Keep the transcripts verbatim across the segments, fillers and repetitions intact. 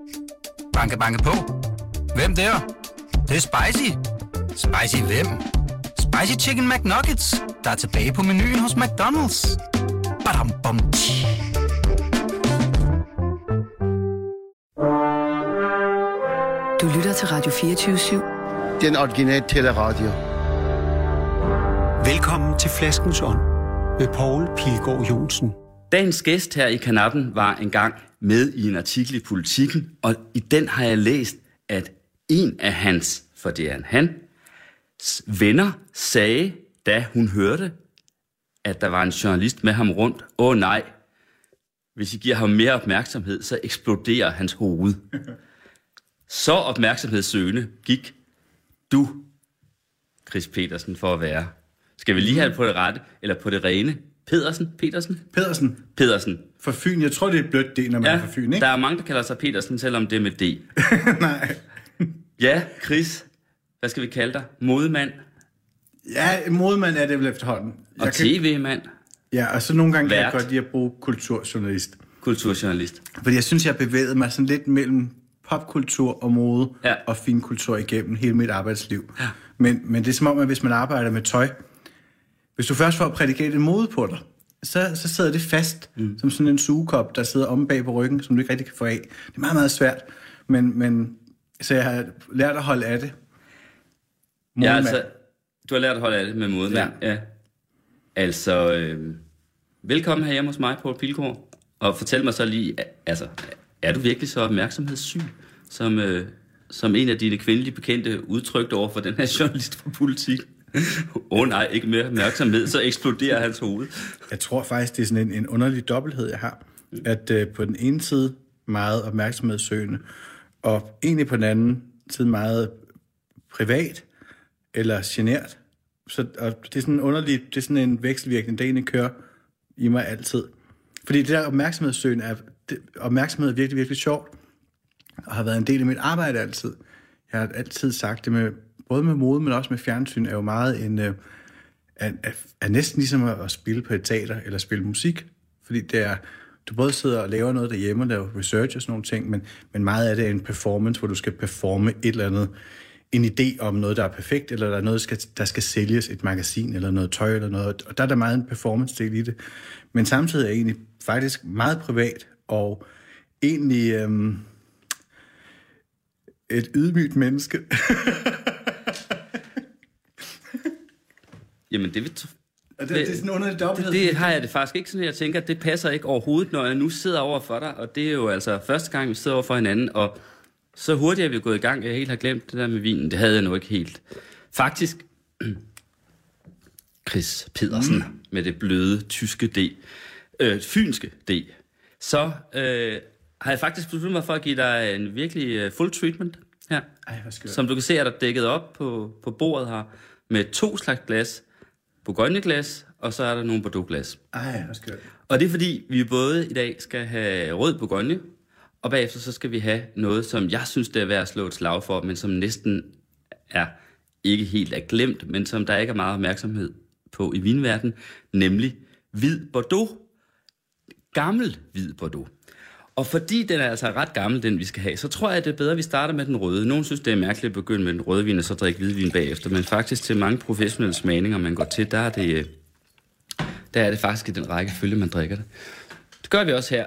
Banke, banke på. Hvem der? Det, det er spicy. Spicy hvem? Spicy Chicken McNuggets, der er tilbage på menuen hos McDonald's. Badum, bom, tji. Du lytter til Radio fireogtyve syv. Den originale teleradio. Velkommen til Flaskens Ånd med Poul Pilgaard Johnsen. Dagens gæst her i Kanappen var engang med i en artikel i Politiken, og i den har jeg læst, at en af hans, for det er en han, venner sagde, da hun hørte, at der var en journalist med ham rundt, åh nej, hvis I giver ham mere opmærksomhed, så eksploderer hans hoved. Så opmærksomhedssøgende gik du, Chris Petersen, for at være. Skal vi lige have det på det rette, eller på det rene? Pedersen? Petersen? Pedersen. Pedersen. For Fyn. Jeg tror, det er blødt D, når man ja, er for Fyn, ikke? Der er mange, der kalder sig Petersen, selvom det er med D. Nej. Ja, Chris. Hvad skal vi kalde dig? Modemand? Ja, modemand er det vel efterhånden. Og kan... tv-mand? Ja, og så nogle gange Vært. kan jeg godt lide at bruge kulturjournalist. Kulturjournalist. Fordi jeg synes, jeg har bevæget mig sådan lidt mellem popkultur og mode ja. og finkultur igennem hele mit arbejdsliv. Ja. Men, men det er som om, at hvis man arbejder med tøj, hvis du først får prædikeret en mode på dig, så, så sidder det fast mm. som sådan en sugekop, der sidder omme bag på ryggen, som du ikke rigtig kan få af. Det er meget, meget svært. Men, men så jeg har lært at holde af det. Ja, altså, du har lært at holde af det med modemand. Ja. ja. Altså, øh, velkommen her hjemme hos mig, Poul Pilgaard. Og fortæl mig så lige, altså, er du virkelig så opmærksomhedssyg, som, øh, som en af dine kvindelige bekendte udtrykte over for den her journalist fra Politiken? Åh oh, nej, ikke mere opmærksomhed, så eksploderer hans hoved. Jeg tror faktisk, det er sådan en, en underlig dobbelthed, jeg har. At øh, på den ene side meget opmærksomhedssøgende, og egentlig på den anden side meget privat eller genert. Så og det er sådan underligt, det er sådan en vekselvirkning, der egentlig kører i mig altid. Fordi det der opmærksomhedssøgende er, det, opmærksomhed er virkelig, virkelig sjovt, og har været en del af mit arbejde altid. Jeg har altid sagt det med, både med mode, men også med fjernsyn, er jo meget en, er, er, er næsten ligesom at spille på et teater, eller spille musik. Fordi det er, du både sidder og laver noget derhjemme, og laver research og sådan nogle ting, men, men meget af det er en performance, hvor du skal performe et eller andet, en idé om noget, der er perfekt, eller der er noget, der skal, der skal sælges, et magasin, eller noget tøj, eller noget, og der er der meget en performance-del i det. Men samtidig er jeg egentlig faktisk meget privat, og egentlig øhm, et ydmygt menneske. Jamen, det vil... Det, det er sådan under det dobbelthed. Det, det har jeg det faktisk ikke sådan, jeg tænker, at det passer ikke overhovedet, når jeg nu sidder over for dig, og det er jo altså første gang, vi sidder over for hinanden, og så hurtigt er vi gået i gang. Jeg helt har glemt det der med vinen. Det havde jeg nu ikke helt. Faktisk, Chris Pedersen, mm. med det bløde tyske D, øh, fynske D, så øh, har jeg faktisk besluttet mig for at give dig en virkelig uh, full treatment her. Ej, hvor skørt. Som du kan se, er der dækket op på, på bordet her, med to slags glas, Bourgogne-glas, og så er der nogle Bordeaux-glas. Ej, hvor skørt. Og det er fordi, vi både i dag skal have rød Bourgogne, og bagefter så skal vi have noget, som jeg synes, det er værd at slå et slag for, men som næsten er ikke helt er glemt, men som der ikke er meget opmærksomhed på i vinverden, nemlig hvid Bordeaux. Gammel hvid Bordeaux. Og fordi den er altså ret gammel, den vi skal have, så tror jeg, det er bedre, at vi starter med den røde. Nogle synes, det er mærkeligt at begynde med den røde vin, og så drikke hvidvin bagefter, men faktisk til mange professionelle smagninger, man går til, der er det, der er det faktisk i den rækkefølge, man drikker det. Det gør vi også her.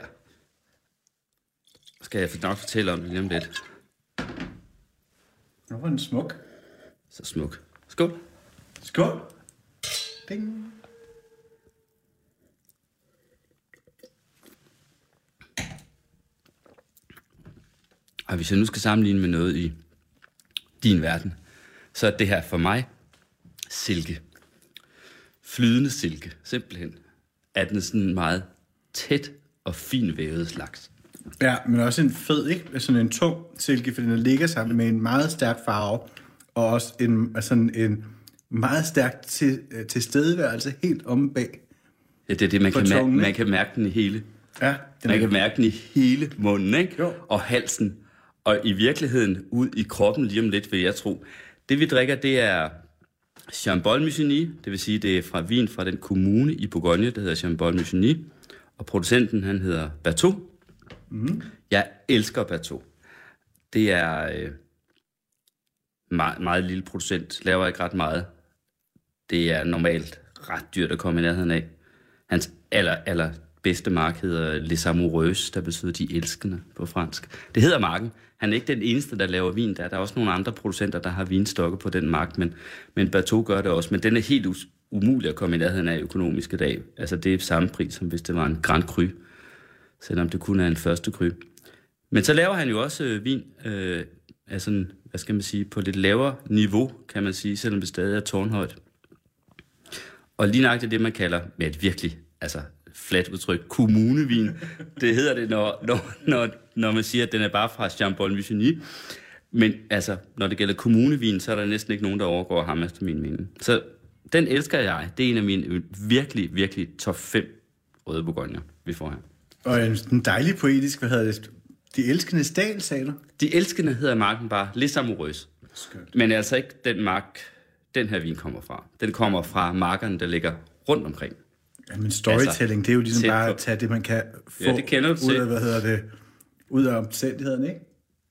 Skal jeg nok fortælle om det lige om lidt. Nå, hvor er den smuk. Så smuk. Skål. Skål. Ding. Og hvis jeg nu skal sammenligne med noget i din verden, så er det her for mig silke. Flydende silke, simpelthen. Er den sådan meget tæt og finvævet slags. Ja, men også en fed, ikke? Sådan en tung silke, fordi den ligger sammen med en meget stærk farve, og også en, sådan en meget stærk til, tilstedeværelse helt omme bag. Ja, det er det, man kan, tungen, mær- man kan mærke den i hele. Ja, man er... kan mærke den i hele munden, ikke? Jo. Og halsen. Og i virkeligheden ud i kroppen lige om lidt, vil jeg tro. Det vi drikker, det er Chambolle-Musigny, det vil sige, det er fra vin fra den kommune i Bourgogne, der hedder Chambolle-Musigny. Og producenten, han hedder Berthaud. Mm. Jeg elsker Berthaud. det er øh, meget, meget lille producent, laver ikke ret meget. Det er normalt ret dyrt at komme i nærheden af. Hans aller, aller bedste mark hedder Les Amoureuses, der betyder de elskende på fransk. Det hedder marken. Han er ikke den eneste, der laver vin der. Der er også nogle andre producenter, der har vinstokke på den mark, men, men Berthaud gør det også. Men den er helt us- umulig at komme i nærheden af økonomisk i dag. Altså det er samme pris, som hvis det var en Grand Cru, selvom det kun er en første cru. Men så laver han jo også øh, vin, øh, altså, hvad skal man sige, på lidt lavere niveau, kan man sige, selvom det stadig er tårnhøjt. Og lige nøjagtigt det, man kalder, med et virkelig, altså flat udtryk, kommunevin. Det hedder det, når, når, når, når man siger, at den er bare fra Chambon-Musigny. Men altså, når det gælder kommunevin, så er der næsten ikke nogen, der overgår ham, efter min mening. Så den elsker jeg. Det er en af mine virkelig, virkelig top fem røde bourgogner, vi får her. Og en, en dejlig poetisk, hvad hedder det? De elskende dal, sagde du? De elskende hedder marken bare Les Amoureuses. Skønt. Men altså ikke den mark, den her vin kommer fra. Den kommer fra markerne, der ligger rundt omkring. Ja, men storytelling, altså, det er jo ligesom bare at tage det, man kan få ja, det kender du ud af, hvad hedder det, ud af omstændighederne, ikke?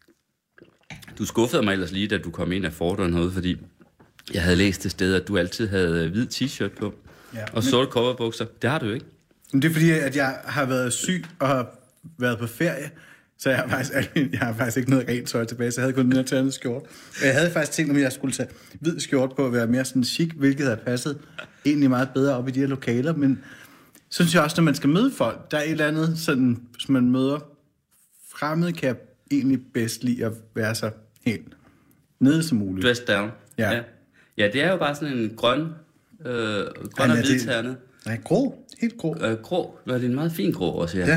Du skuffede mig ellers lige, da du kom ind af fordøren herude, fordi jeg havde læst det sted, at du altid havde hvid t-shirt på, ja, og men... sorte coverbukser. Det har du jo ikke. Men det er fordi, at jeg har været syg og har været på ferie, så jeg har faktisk, jeg har faktisk ikke noget rent tøj tilbage, så jeg havde kun den her tørrende skjorte. Og jeg havde faktisk tænkt, om jeg skulle tage hvid skjorte på at være mere sådan chic, hvilket havde passet egentlig meget bedre op i de her lokaler, men så synes jeg også, når man skal møde folk, der er et eller andet sådan, hvis man møder fremmede, kan jeg egentlig bedst lide at være så helt nede som muligt. Dressed down. Ja. ja. Ja, det er jo bare sådan en grøn, øh, grøn og hvidtærnet. Nej, grå. Helt grå. Øh, grå. Nå, det er en meget fin grå også, ja. Ja.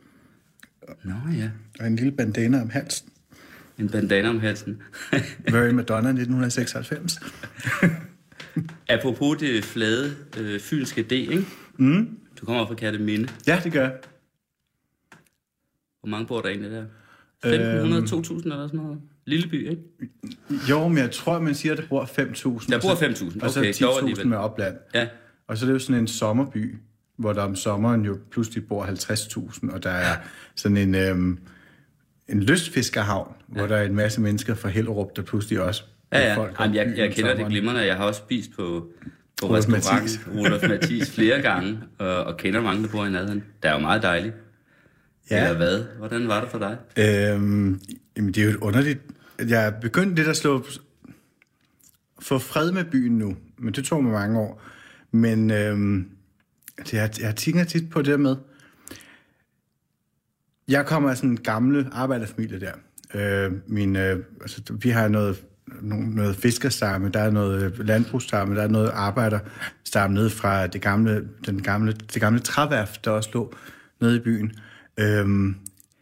Nå, ja. Og en lille bandana om halsen. En bandana om halsen. Very Madonna nitten seksoghalvfems. Apropos det flade, øh, fynske D, ikke? Mm. Du kommer fra Kerteminde. Ja, det gør jeg. Hvor mange bor der egentlig der? femten hundrede, øhm, to tusind eller sådan noget? Lille by, ikke? Jo, men jeg tror, man siger, at der bor fem tusind. Der bor fem tusind, okay. Og så ti tusind med opland. Ja. Og så er det jo sådan en sommerby, hvor der om sommeren jo pludselig bor halvtreds tusind, og der er sådan en, øhm, en lystfiskerhavn, ja. Hvor der er en masse mennesker fra Hellerup, der pludselig også... Ja, ja. Folk Jamen, jeg, jeg kender sommeren. Det glimrende. Jeg har også spist på, på restaurant Rudolf Mathis flere gange, og, og kender mange, der bor i nærheden. Det er jo meget dejligt. Ja. Eller hvad? Hvordan var det for dig? Øhm, jamen, det er jo et underligt... Jeg er begyndt lidt at slå... få fred med byen nu, men det tog mig mange år. Men øhm, det er, jeg tænker tit på det med... Jeg kommer af sådan en gamle arbejderfamilie der. Øh, min, øh, altså, vi har noget, noget fiskerstamme, der er noget landbrugsstamme, der er noget arbejderstamme nede fra det gamle, den gamle, det gamle træværft, der også lå nede i byen. Øhm,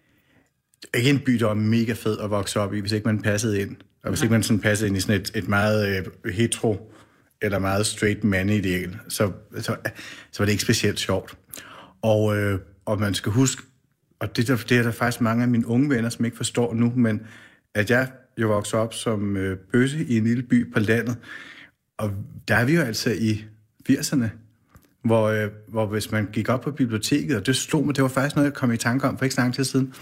ikke en by, der var mega fed at vokse op i, hvis ikke man passede ind. Og hvis ikke man sådan passede ind i sådan et, et meget øh, hetero eller meget straight man-ideal, så, så, så var det ikke specielt sjovt. Og, øh, og man skal huske, og det, der, det er der faktisk mange af mine unge venner, som ikke forstår nu, men at jeg jo voksede op som øh, bøsse i en lille by på landet, og der er vi jo altså i firserne, hvor, øh, hvor hvis man gik op på biblioteket, og det slog mig, det var faktisk noget, jeg kom i tanke om for ikke så lang tid siden,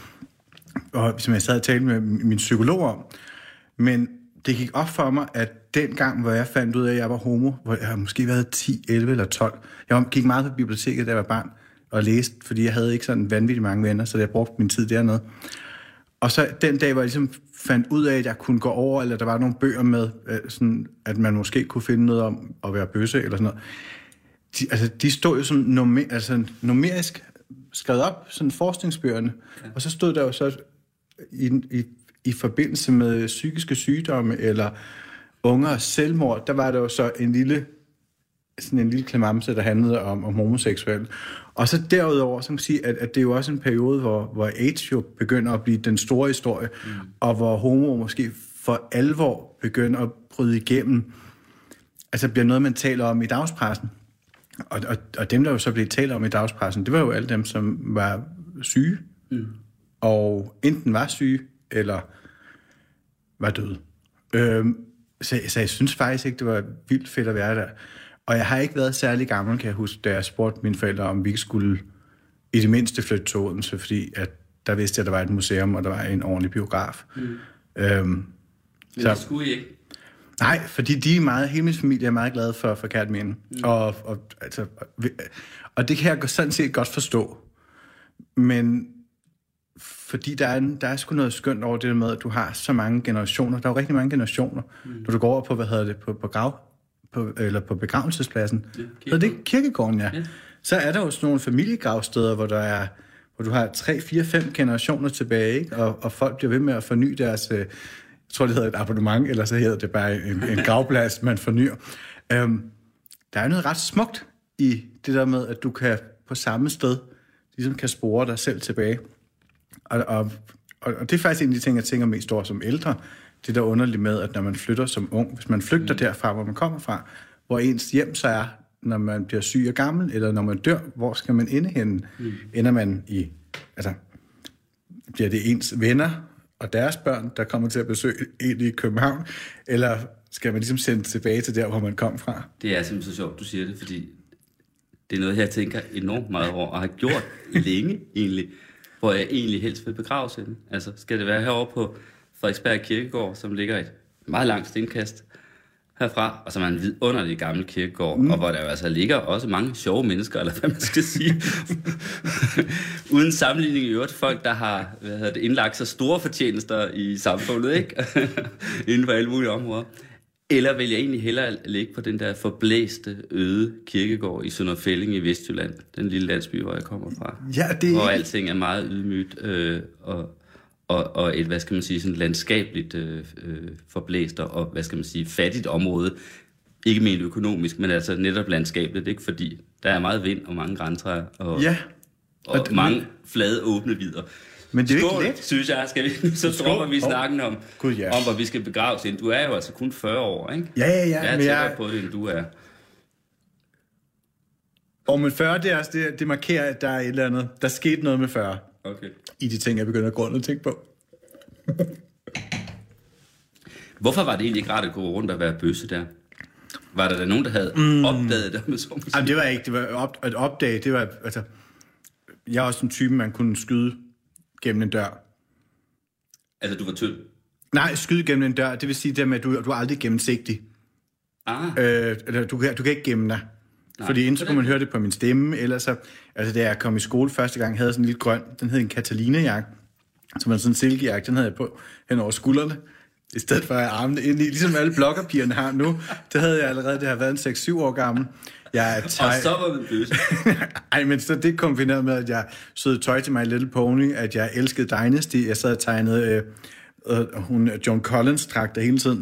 og som jeg sad og talte med min psykolog om, men det gik op for mig, at den gang, hvor jeg fandt ud af, at jeg var homo, hvor jeg havde måske været ti, elleve eller tolv, jeg gik meget på biblioteket, da jeg var barn, og læste, fordi jeg havde ikke sådan vanvittigt mange venner, så jeg brugte min tid dernede. Og så den dag, hvor jeg ligesom fandt ud af, at jeg kunne gå over, eller der var nogle bøger med, sådan, at man måske kunne finde noget om at være bøsse, eller sådan noget. De, altså, de stod jo som nummer, altså, numerisk skrevet op, sådan forskningsbøgerne. Ja. Og så stod der jo så i, i, i forbindelse med psykiske sygdomme, eller ungers selvmord, der var der jo så en lille, sådan en lille klamamse, der handlede om, om homoseksuelle. Og så derudover, så kan man sige, at, at det er jo også en periode, hvor, hvor AIDS jo begynder at blive den store historie, mm. og hvor homo måske for alvor begynder at bryde igennem, altså bliver noget, man taler om i dagspressen. Og, og, og dem, der jo så blev talt om i dagspressen, det var jo alle dem, som var syge, mm. og enten var syge, eller var døde. Øhm, så, så jeg synes faktisk ikke, det var vildt fedt at være der. Og jeg har ikke været særlig gammel, kan jeg huske, da jeg spurgte mine forældre, om vi ikke skulle i det mindste flytte til Odense, fordi at der vidste jeg, at der var et museum, og der var en ordentlig biograf. Mm. Øhm, Men så, det skulle I ikke? nej, fordi de er meget, hele min familie er meget glade for, for Kerteminde. Mm. Og, og, altså, og, og det kan jeg sådan set godt forstå. Men fordi der er, en, der er sgu noget skønt over det der med, at du har så mange generationer. Der er jo rigtig mange generationer. Mm. Når du går over på, hvad hedder det, på, på grav, på, eller på begravelsespladsen. Ja, så er det kirkegården, ja. ja. Så er der jo sådan nogle familiegravsteder, hvor der er, hvor du har tre, fire, fem generationer tilbage, ikke? Og, og folk bliver ved med at forny deres, jeg tror det hedder et abonnement, eller så hedder det bare en, en gravplads, man fornyer. Øhm, der er noget ret smukt i det der med, at du kan på samme sted, ligesom kan spore dig selv tilbage. Og, og, og det er faktisk en af de ting, jeg tænker mest over som ældre. Det der underligt med, at når man flytter som ung, hvis man flygter mm. derfra, hvor man kommer fra, hvor ens hjem så er, når man bliver syg og gammel, eller når man dør, hvor skal man ende henne? Mm. Ender man i, altså, bliver det ens venner og deres børn, der kommer til at besøge en i København, eller skal man ligesom sende tilbage til der, hvor man kom fra? Det er simpelthen så sjovt, du siger det, fordi det er noget, jeg tænker enormt meget over, og har gjort længe egentlig, hvor jeg egentlig helst vil begraves henne. Altså, skal det være herovre på Frederiksberg Kirkegård, som ligger et meget langt stenkast herfra, og som er en vidunderlig gammel kirkegård, mm. og hvor der jo altså ligger også mange sjove mennesker, eller hvad man skal sige. Uden sammenligning i øvrigt, folk, der har hvad hedder det, indlagt så store fortjenester i samfundet, ikke? Inden for alle mulige områder. Eller vil jeg egentlig hellere ligge på den der forblæste, øde kirkegård i Sønder Fælling i Vestjylland, den lille landsby, hvor jeg kommer fra. Ja, det... Hvor alting er meget ydmygt, øh, og, og, og et, hvad skal man sige, sådan landskabeligt øh, forblæst, og, hvad skal man sige, fattigt område. Ikke mere økonomisk, men altså netop landskabet, ikke? Fordi der er meget vind og mange græntræer, og, ja. og, og mange flade, åbne vidder. Men det er jo Skål, ikke let. Synes jeg. Skal vi, så dropper vi snakken om, God, ja. om, hvor vi skal begraves ind. Du er jo altså kun fyrre år, ikke? Ja, ja, ja. Jeg er men tættere jeg... på det, end du er. Og med fyrre, det, er også, det, det markerer, at der er et eller andet. Der skete noget med fyrre. Okay. I de ting, jeg begynder at gå rundt og tænke på. Hvorfor var det egentlig ikke rart at gå rundt og være bøsse der? Var der da nogen, der havde mm. opdaget det med så musik? Jamen, det var ikke. Det var op, at opdage, det var... Altså, jeg er også en type, man kunne skyde gennem en dør. Altså, du var tynd? Nej, skyde gennem en dør, det vil sige det med, at du, du er aldrig gennemsigtig. Ah. Øh, eller du, kan, du kan ikke gemme dig. Nej, fordi indtil kunne man høre det på min stemme, ellers så... Altså, da jeg kom i skole første gang, havde jeg sådan en lille grøn, den hed en Catalina-jakke, som var sådan en silkejakke, den havde jeg på hen over skuldrene, i stedet for at have armene ind i, ligesom alle bloggerpigerne har nu. Det havde jeg allerede, det har været en seks syv år gammel. Jeg er teg... Og så var man bøsse. Ej, men så det kombineret med, at jeg søgte tøj til My Little Pony, at jeg elskede Dynasty, jeg sad og tegnede, øh, øh, hun, Joan Collins trak der hele tiden,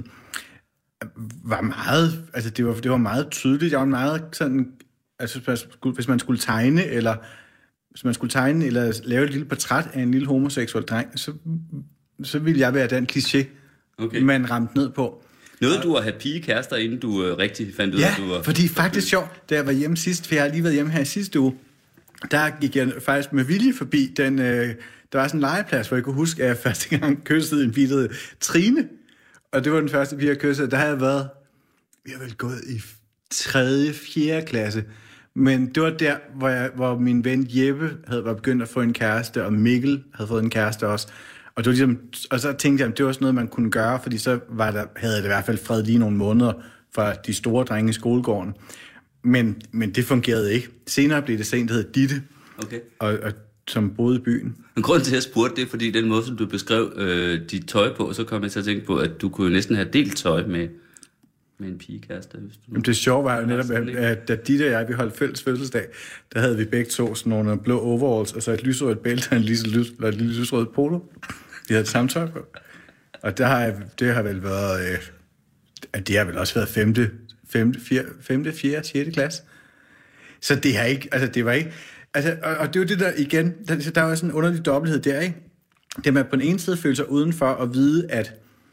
var meget, altså det var, det var meget tydeligt, jeg var meget sådan, altså hvis man skulle tegne, eller hvis man skulle tegne, eller lave et lille portræt af en lille homoseksuel dreng, så, så ville jeg være den kliché, okay. Man ramte ned på. Nåede du at have pigekærester, inden du øh, rigtig fandt ud af, ja, at du var... Ja, fordi faktisk sjovt, da jeg var hjemme sidst, for jeg har lige været hjemme her i sidste uge, der gik jeg faktisk med vilje forbi den, øh, der var sådan en legeplads, hvor jeg kunne huske, at jeg første gang kyssede en pige, der hed Trine, og det var den første pige, jeg kyssede. Der havde jeg været, vi har vel gået i tredje, fjerde klasse, men det var der, hvor, jeg, hvor min ven Jeppe havde var begyndt at få en kæreste, og Mikkel havde fået en kæreste også. Og, det var ligesom, og så tænkte jeg, at det var også noget, man kunne gøre, fordi så var der, havde det i hvert fald fred lige nogle måneder fra de store drenge i skolegården. Men, men det fungerede ikke. Senere blev det sent, der hed Ditte, okay. og, og, som boede i byen. Men grunden til, at jeg spurgte, det er, fordi den måde, som du beskrev øh, dit tøj på, så kom jeg til at tænke på, at du kunne næsten have delt tøj med, med en pigekæreste. Jamen det sjove var jo netop, at, at da Ditte og jeg, vi holdt fælles fødselsdag, der havde vi begge to sådan nogle blå overalls, og så et lysrødt bælte og en lille, lys, et lille lysrødt polo. De havde samme tøj på. Og der har, det har vel været, øh, at det har vel også været femte, femte, fjerde, femte, fjerde, sjette klasse. Så det har ikke, altså det var ikke, altså, og, og det er jo det der igen, der, der var sådan en underlig dobbelthed der, ikke? Det med på den ene side føle sig udenfor og vide, at,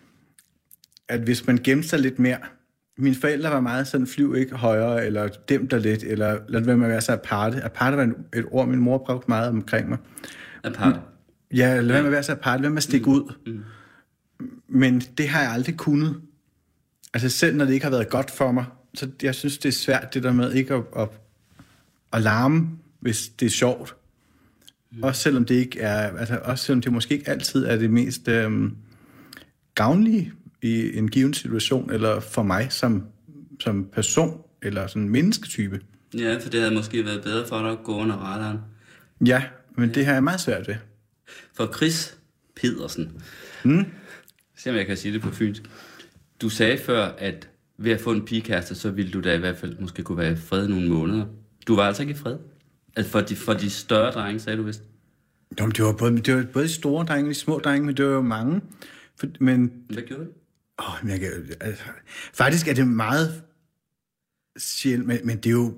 at hvis man gemte sig lidt mere, mine forældre var meget sådan, flyv ikke højere, eller dæmp dig lidt, eller lad være med at være så aparte. Aparte var et ord, min mor brugte meget omkring mig. Aparte? Ja, lad være med at være så aparte, lad være med at stikke ud. Mm. Mm. Men det har jeg aldrig kunnet. Altså selv når det ikke har været godt for mig, så jeg synes, det er svært det der med ikke at, at, at larme, hvis det er sjovt. Mm. Også selvom det ikke er, altså også selvom det måske ikke altid er det mest, øhm, gavnlige i en given situation, eller for mig som, som person, eller sådan en mennesketype. Ja, for det havde måske været bedre for dig at gå under radaren. Ja, men ja. Det har jeg meget svært ved. For Chris Pedersen, mm. se om jeg kan sige det på fynsk. Du sagde før, at ved at få en pigekæreste, så ville du da i hvert fald måske kunne være i fred nogle måneder. Du var altså ikke i fred? Altså for de, for de større drenge, sagde du vist? Nå, det var både, det var både de store drenge og de små drenge, men det var jo mange. For, men, Hvad gjorde du? Åh, jeg, altså, faktisk er det meget sjældent, men, men det er jo...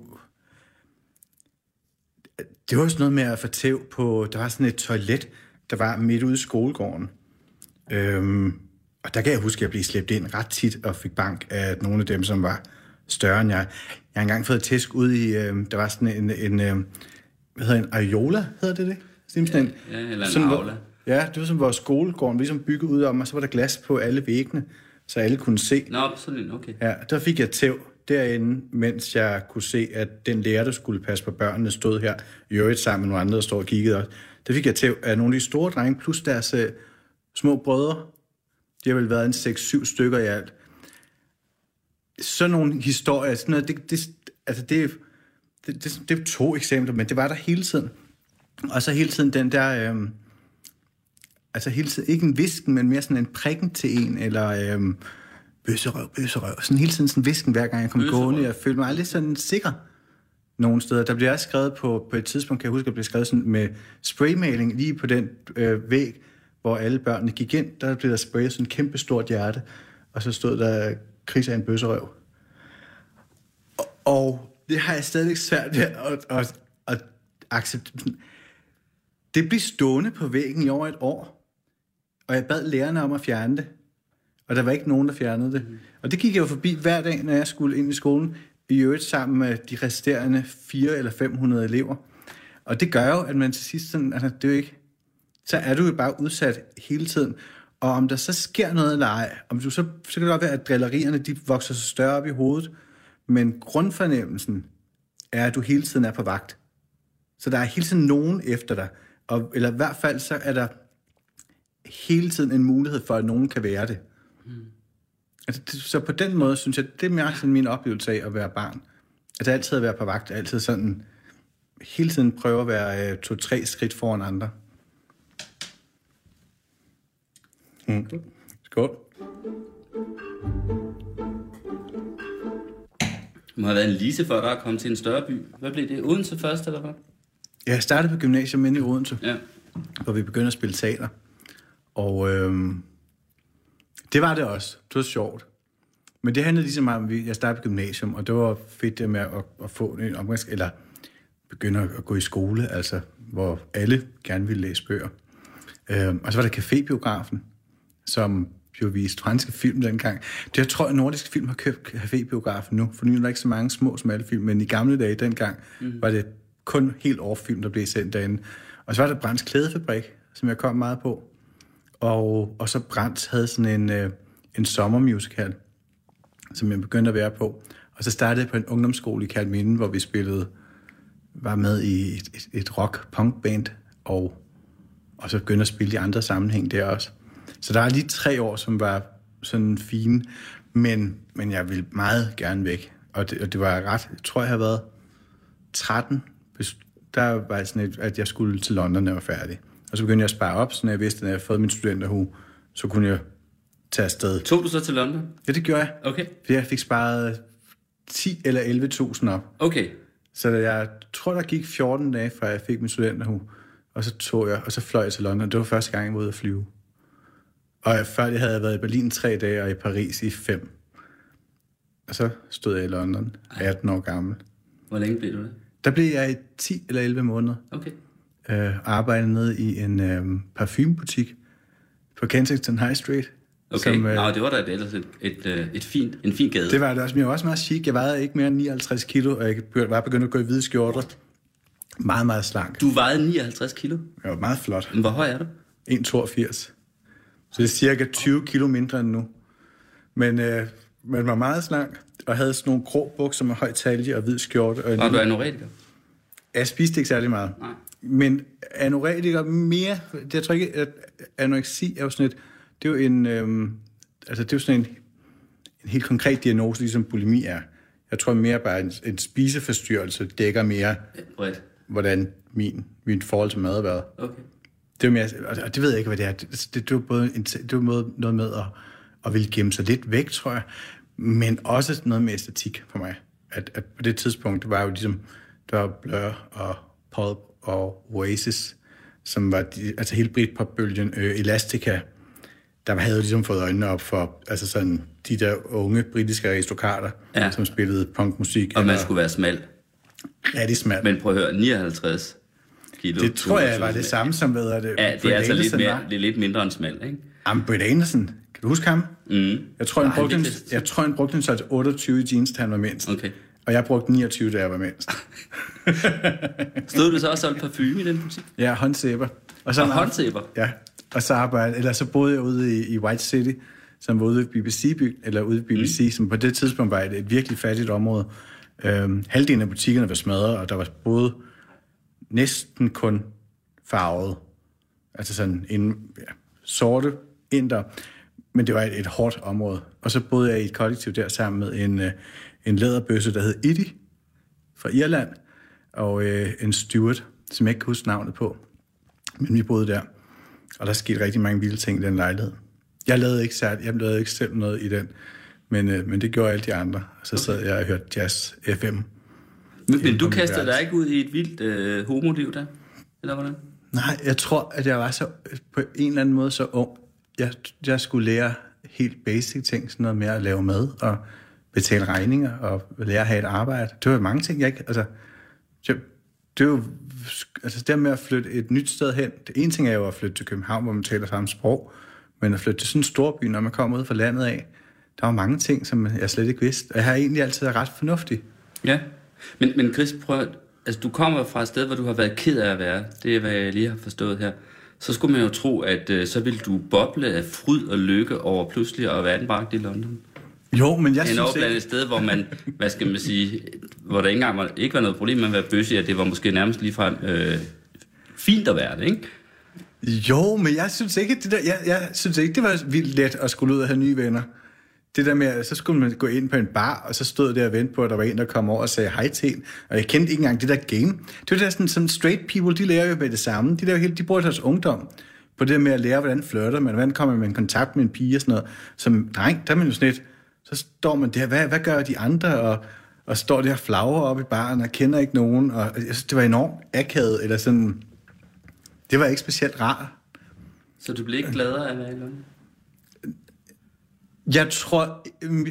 Det var sådan noget med at få tæv på... Der var sådan et toilet, der var midt ude i skolegården. Øhm, og der kan jeg huske, at jeg blev slæbt ind ret tit og fik bank af nogle af dem, som var større end jeg. Jeg har engang fået tæsk ud i... Øhm, der var sådan en... en øhm, hvad hedder en areola, hedder det det? Ja, en, ja, eller en sådan, aula. Ja, det var som vores skolegården, ligesom bygget ud om, og så var der glas på alle væggene, så alle kunne se. Nå, sådan en, okay. Ja, der fik jeg tæv derinde, mens jeg kunne se, at den lærer, der skulle passe på børnene, stod her i øvrigt sammen med nogle andre, der stod og kiggede også. Der fik jeg tæv af nogle af de store drenge, plus deres uh, små brødre. De har vel været en seks syv stykker i alt. Sådan nogle historier, sådan noget, det, det, altså det, det, det, det er to eksempler, men det var der hele tiden. Og så hele tiden den der... Øh, altså hele tiden, ikke en visken, men mere sådan en prikken til en, eller øhm, bøsserøv, bøsserøv. Sådan hele tiden sådan visken, hver gang jeg kom bøsserøv. gående. Jeg følte mig aldrig sådan sikker nogle steder. Der blev også skrevet på, på et tidspunkt, kan jeg huske, at der blev skrevet sådan med spraymaling lige på den øh, væg, hvor alle børnene gik ind. Der blev der sprayet sådan et kæmpe stort hjerte, og så stod der, Chris er en bøsserøv. Og, og det har jeg stadigvæk svært ved at, at, at acceptere. Det blev stående på væggen i over et år. Og jeg bad lærerne om at fjerne det. Og der var ikke nogen, der fjernede det. Mm. Og det gik jeg jo forbi hver dag, når jeg skulle ind i skolen. I øvrigt sammen med de resterende fire eller fem hundrede elever. Og det gør jo, at man til sidst sådan... Altså, det er jo ikke... Så er du jo bare udsat hele tiden. Og om der så sker noget eller ej, om du så, så kan det godt være, at drillerierne de vokser så større op i hovedet. Men grundfornemmelsen er, at du hele tiden er på vagt. Så der er hele tiden nogen efter dig. Og, eller i hvert fald så er der hele tiden en mulighed for, at nogen kan være det. Mm. Altså, det så på den måde, synes jeg, det er mere sådan min oplevelse af at være barn. At altid at være på vagt, altid sådan, hele tiden prøve at være øh, to-tre skridt foran andre. Mm. Skål. Det må have været en lise for dig at komme til en større by. Hvad blev det? Odense først, eller hvad? Jeg startede på gymnasium inde i Odense, ja. hvor vi begyndte at spille teater. Og øhm, det var det også. Det var sjovt. Men det handlede ligesom om, at jeg startede på gymnasium, og det var fedt det med at, at få en omgang, eller begynde at gå i skole, altså hvor alle gerne ville læse bøger. Øhm, og så var der Cafébiografen, som jo viste franske film dengang. Det jeg tror, at nordisk film har købt Cafébiografen nu, for nu er der ikke så mange små, smalle film, men i gamle dage dengang mm. var det kun helt årfilm, der blev sendt derinde. Og så var der Brandts Klædefabrik, som jeg kom meget på. Og, og så Brandts havde sådan en, øh, en sommermusical, som jeg begyndte at være på. Og så startede jeg på en ungdomsskole i Kerteminde, hvor vi spillede, var med i et, et, et rock-punk-band, og, og så begyndte at spille i andre sammenhæng der også. Så der er lige tre år, som var sådan fine, men, men jeg ville meget gerne væk. Og det, og det var ret, jeg tror, jeg har været tretten. Der var sådan et, at jeg skulle til London, når jeg var færdig. Og så begyndte jeg at spare op, så når jeg vidste, at når jeg havde fået min studenterhue, så kunne jeg tage afsted. Tog du så til London? Ja, det gjorde jeg. Okay. For jeg fik sparet ti eller elleve tusind op. Okay. Så jeg tror, der gik fjorten dage, fra jeg fik min studenterhue. Og så tog jeg, og så fløj jeg til London. Det var første gang, jeg var ude at flyve. Og før det havde jeg været i Berlin tre dage, og i Paris i fem. Og så stod jeg i London, atten år gammel. Hvor længe blev du det? Der blev jeg i ti eller elleve måneder. Okay. Øh, arbejdede nede i en øh, parfumebutik på Kensington High Street. Okay, som, øh, Nå, det var da et, et, et, et, et fint, en fin gade. Det var det også, men jeg var også meget chic. Jeg vejede ikke mere end nioghalvtreds kilo, og jeg var begyndt at gå i hvide skjorter. Meget, meget slank. Du vejede nioghalvtreds kilo? Jeg var meget flot. Men hvor høj er du? en komma toogfirs. Så det er cirka tyve kilo mindre end nu. Men øh, man var meget slank, og havde sådan nogle grå bukser med høj talje og hvid skjorte. Og var du anoretiker? Jeg spiste ikke særlig meget. Nej. Men anoretiker mere... Jeg tror ikke, at anoreksi er jo sådan et... Det er jo en... Øhm, altså det er jo sådan en, en helt konkret diagnose, ligesom bulimi er. Jeg tror mere bare, en, en spiseforstyrrelse dækker mere, ja, hvordan min, min forhold til mad har været. Okay. Det er mere, og det ved jeg ikke, hvad det er. Det, det, det er jo både en, det er jo noget med at, at ville gemme sig lidt væk, tror jeg, men også noget med æstetik for mig. At, at på det tidspunkt, det var jo ligesom, der var Blur og Pulp og Oasis, som var, de, altså hele Britpop-bølgen, øh, Elastica, der havde ligesom fået øjnene op for altså sådan, de der unge britiske aristokrater, ja. som spillede punkmusik. Og man skulle være smal. Rigtig smal. Men prøv at høre, nioghalvtreds kilo. Det tror jeg var det samme som, hvad er det? Ja, det Brett er altså lidt, mere, var. lidt, lidt mindre end smal, ikke? Jamen, Brett Anderson, kan du huske ham? Mm. Jeg tror, han brugte en, jeg tror, han brugte en så otteogtyve jeans, da han var mindst. Okay. Og jeg brugte niogtyve, da jeg var mindst. Stod du så også solgt parfume i den butik? Ja, håndsæber. Og, så og håndsæber? Ja, og så arbejdede, eller så boede jeg ude i, i White City, som var ude i B B C, eller ude i B B C, mm. som på det tidspunkt var et, et virkelig fattigt område. Øhm, halvdelen af butikkerne var smadret, og der var både næsten kun farvet, altså sådan en ja, sorte inder, men det var et, et hårdt område. Og så boede jeg i et kollektiv der sammen med en, en læderbøsse, der hed Eddie fra Irland, og øh, en steward, som jeg ikke kan huske navnet på. Men vi boede der, og der skete rigtig mange vilde ting i den lejlighed. Jeg lavede ikke særligt, jeg lavede ikke selv noget i den, men, øh, men det gjorde alle de andre. Og så sad jeg og hørte jazz F M. Men, men du kastede dig ikke ud i et vildt øh, homoliv der? Eller hvordan? Nej, jeg tror, at jeg var så på en eller anden måde så ung. Jeg, jeg skulle lære helt basic ting, sådan noget med at lave mad og betale regninger og lære at have et arbejde. Det var mange ting, jeg ikke... Altså, jeg, det er jo... Altså, det med at flytte et nyt sted hen... Det ene ting er jo at flytte til København, hvor man taler samme sprog, men at flytte til sådan en stor by, når man kommer ud fra landet af, der var mange ting, som jeg slet ikke vidste. Og jeg har egentlig altid været ret fornuftig. Ja, men, men Chris, prøv at, altså, du kommer fra et sted, hvor du har været ked af at være. Det er, hvad jeg lige har forstået her. Så skulle man jo tro, at øh, så ville du boble af fryd og lykke over pludselig at være anbragt i London. Jo, men jeg en synes ikke... et sted, hvor man, hvad skal man sige, hvor der ikke engang var, ikke var noget problem med at være bøsse, at det var måske nærmest ligefrem øh, fint at være det, ikke? Jo, men jeg synes ikke, det der, jeg, jeg synes ikke, det var vildt let at skulle ud og have nye venner. Det der med, så skulle man gå ind på en bar, og så stod der og vente på, at der var en, der kom over og sagde hej til en. Og jeg kendte ikke engang det der game. Det var der sådan, sådan straight people, de lærer jo med det samme. De, der, de bruger deres ungdom på det med at lære, hvordan flirter man, hvordan kommer man i kontakt med en pige og sådan noget. Som dreng, der er man jo sådan lidt, så står man der, hvad, hvad gør de andre? Og, og står der og flagrer op i baren og kender ikke nogen. Og jeg synes, det var enormt akavet, eller sådan... Det var ikke specielt rart. Så du blev ikke gladere af at være i London? Jeg tror... Øh,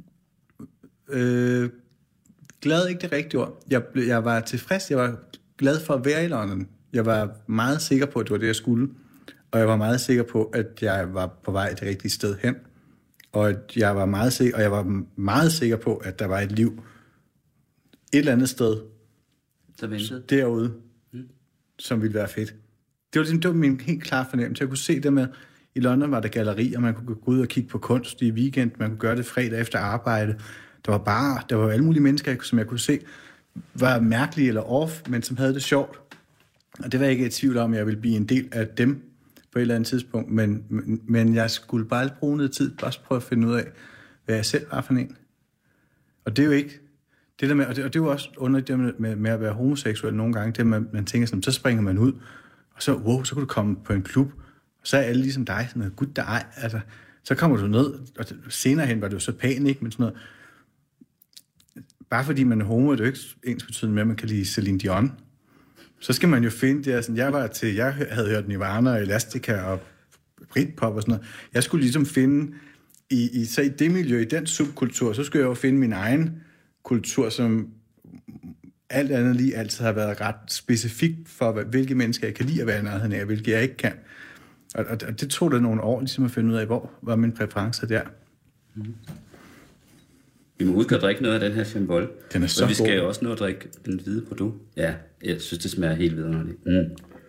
øh, glad ikke det rigtige ord. Jeg, jeg var tilfreds. Jeg var glad for at være i London. Jeg var meget sikker på, at det var det, jeg skulle. Og jeg var meget sikker på, at jeg var på vej det rigtige sted hen. Og at jeg var meget sikker, og jeg var meget sikker på, at der var et liv et eller andet sted derude, mm. som ville være fedt. Det var, det var min helt klare fornemmelse. Jeg kunne se det med, i London var der gallerier, man kunne gå ud og kigge på kunst i weekend, man kunne gøre det fredag efter arbejde. Der var bare, der var alle mulige mennesker, som jeg kunne se, var mærkelige eller off, men som havde det sjovt. Og det var jeg ikke i tvivl om, at jeg ville blive en del af dem på et eller andet tidspunkt, men, men, men jeg skulle bare bruge noget tid, bare prøve at finde ud af, hvad jeg selv var for en. Og det er jo ikke, det der med, og det, og det er jo også under det med, med, med at være homoseksuel nogle gange, det man, man tænker sådan, så springer man ud, og så, wow, så kunne du komme på en klub, og så er alle ligesom dig, sådan noget, gud der ej, altså, så kommer du ned, og senere hen var det jo så pæn, ikke, men sådan noget, bare fordi man er homo, er det jo ikke ens betydende med, at man kan lide Celine Dion. Så skal man jo finde det, sådan, jeg var til, jeg havde hørt Nirvana og Elastica og Britpop og sådan noget. Jeg skulle ligesom finde, i, i, så i det miljø, i den subkultur, så skulle jeg jo finde min egen kultur, som alt andet lige altid har været ret specifikt for, hvilke mennesker jeg kan lide at være i nærheden af, hvilke jeg ikke kan. Og, og, og det tog der nogle år ligesom at finde ud af, hvor var min præference der. Mm. Vi må huske at drikke noget af den her Chambol. Den er så og vi skal god. jo også nå at drikke den hvide produkt. Ja, jeg synes, det smager helt vidunderligt. Mm.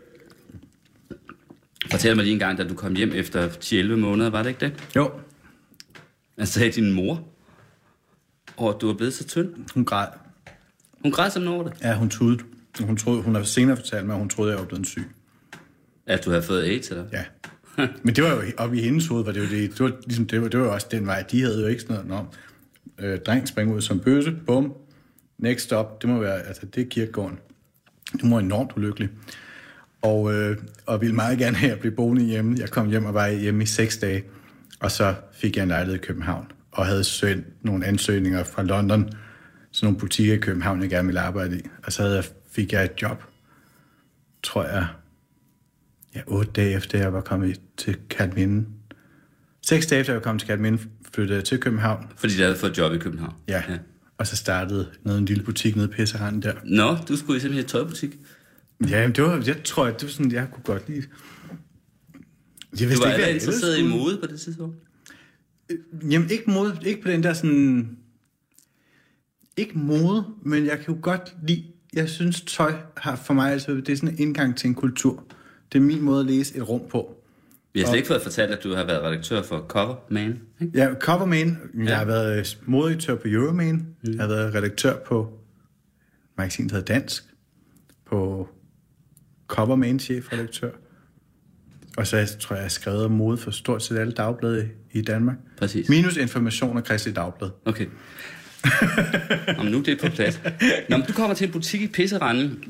Fortæl mig lige en gang, da du kom hjem efter ti elleve måneder, var det ikke det? Jo. Jeg sagde din mor, og du var blevet så tynd. Hun græd. Hun græd simpelthen over det? Ja, hun tudede. Hun, troede, hun har senere fortalt mig, at hun troede, at jeg var blevet syg. At du havde fået AIDS, eller? Ja. Men det var jo oppe i hendes hoved, var det jo det. Det var, ligesom, det var, det var også den vej. De havde jo ikke sådan noget om. Øh, dreng springer ud som bøsse. Bum. Next stop. Det må være, altså det er kirkegården. Du var enormt ulykkelig. Og, øh, og ville meget gerne have at blive boende hjemme. Jeg kom hjem og var hjemme i seks dage. Og så fik jeg en lejlighed i København. Og havde søgt nogle ansøgninger fra London. Sådan nogle butikker i København, jeg gerne ville arbejde i. Og så havde jeg, fik jeg et job, tror jeg, ja, otte dage efter jeg var kommet til Kerteminde. Seks dage efter jeg var kommet til Kerteminde, flyttede jeg til København. Fordi du havde fået job i København? Ja. ja. Og så startede noget en lille butik nede i Pisseranden der. Nå, du skulle i simpelthen et tøjbutik? Ja, det var, jeg tror, det var sådan, jeg kunne godt lide. Jeg du var ikke, interesseret i mode på det tidspunkt? Jamen, ikke mode, ikke på den der sådan... Ikke mode, men jeg kan jo godt lide... Jeg synes, tøj har for mig, altså, det er sådan en indgang til en kultur. Det er min måde at læse et rum på. Vi har slet ikke fået fortalt, at du har været redaktør for Cover Man, ikke? Ja, Cover Man. Jeg ja. har været moderedaktør på Euroman. Mm. Jeg har været redaktør på magasinet, der hedder Dansk. På Cover Man, chefredaktør. Og så jeg, tror jeg, jeg har skrevet om mode for stort set alle dagblade i Danmark. Præcis. Minus Information og Kristi Dagblad. Okay. Nå, men nu er det på plads. Nå, men du kommer til en butik i Pisseranden.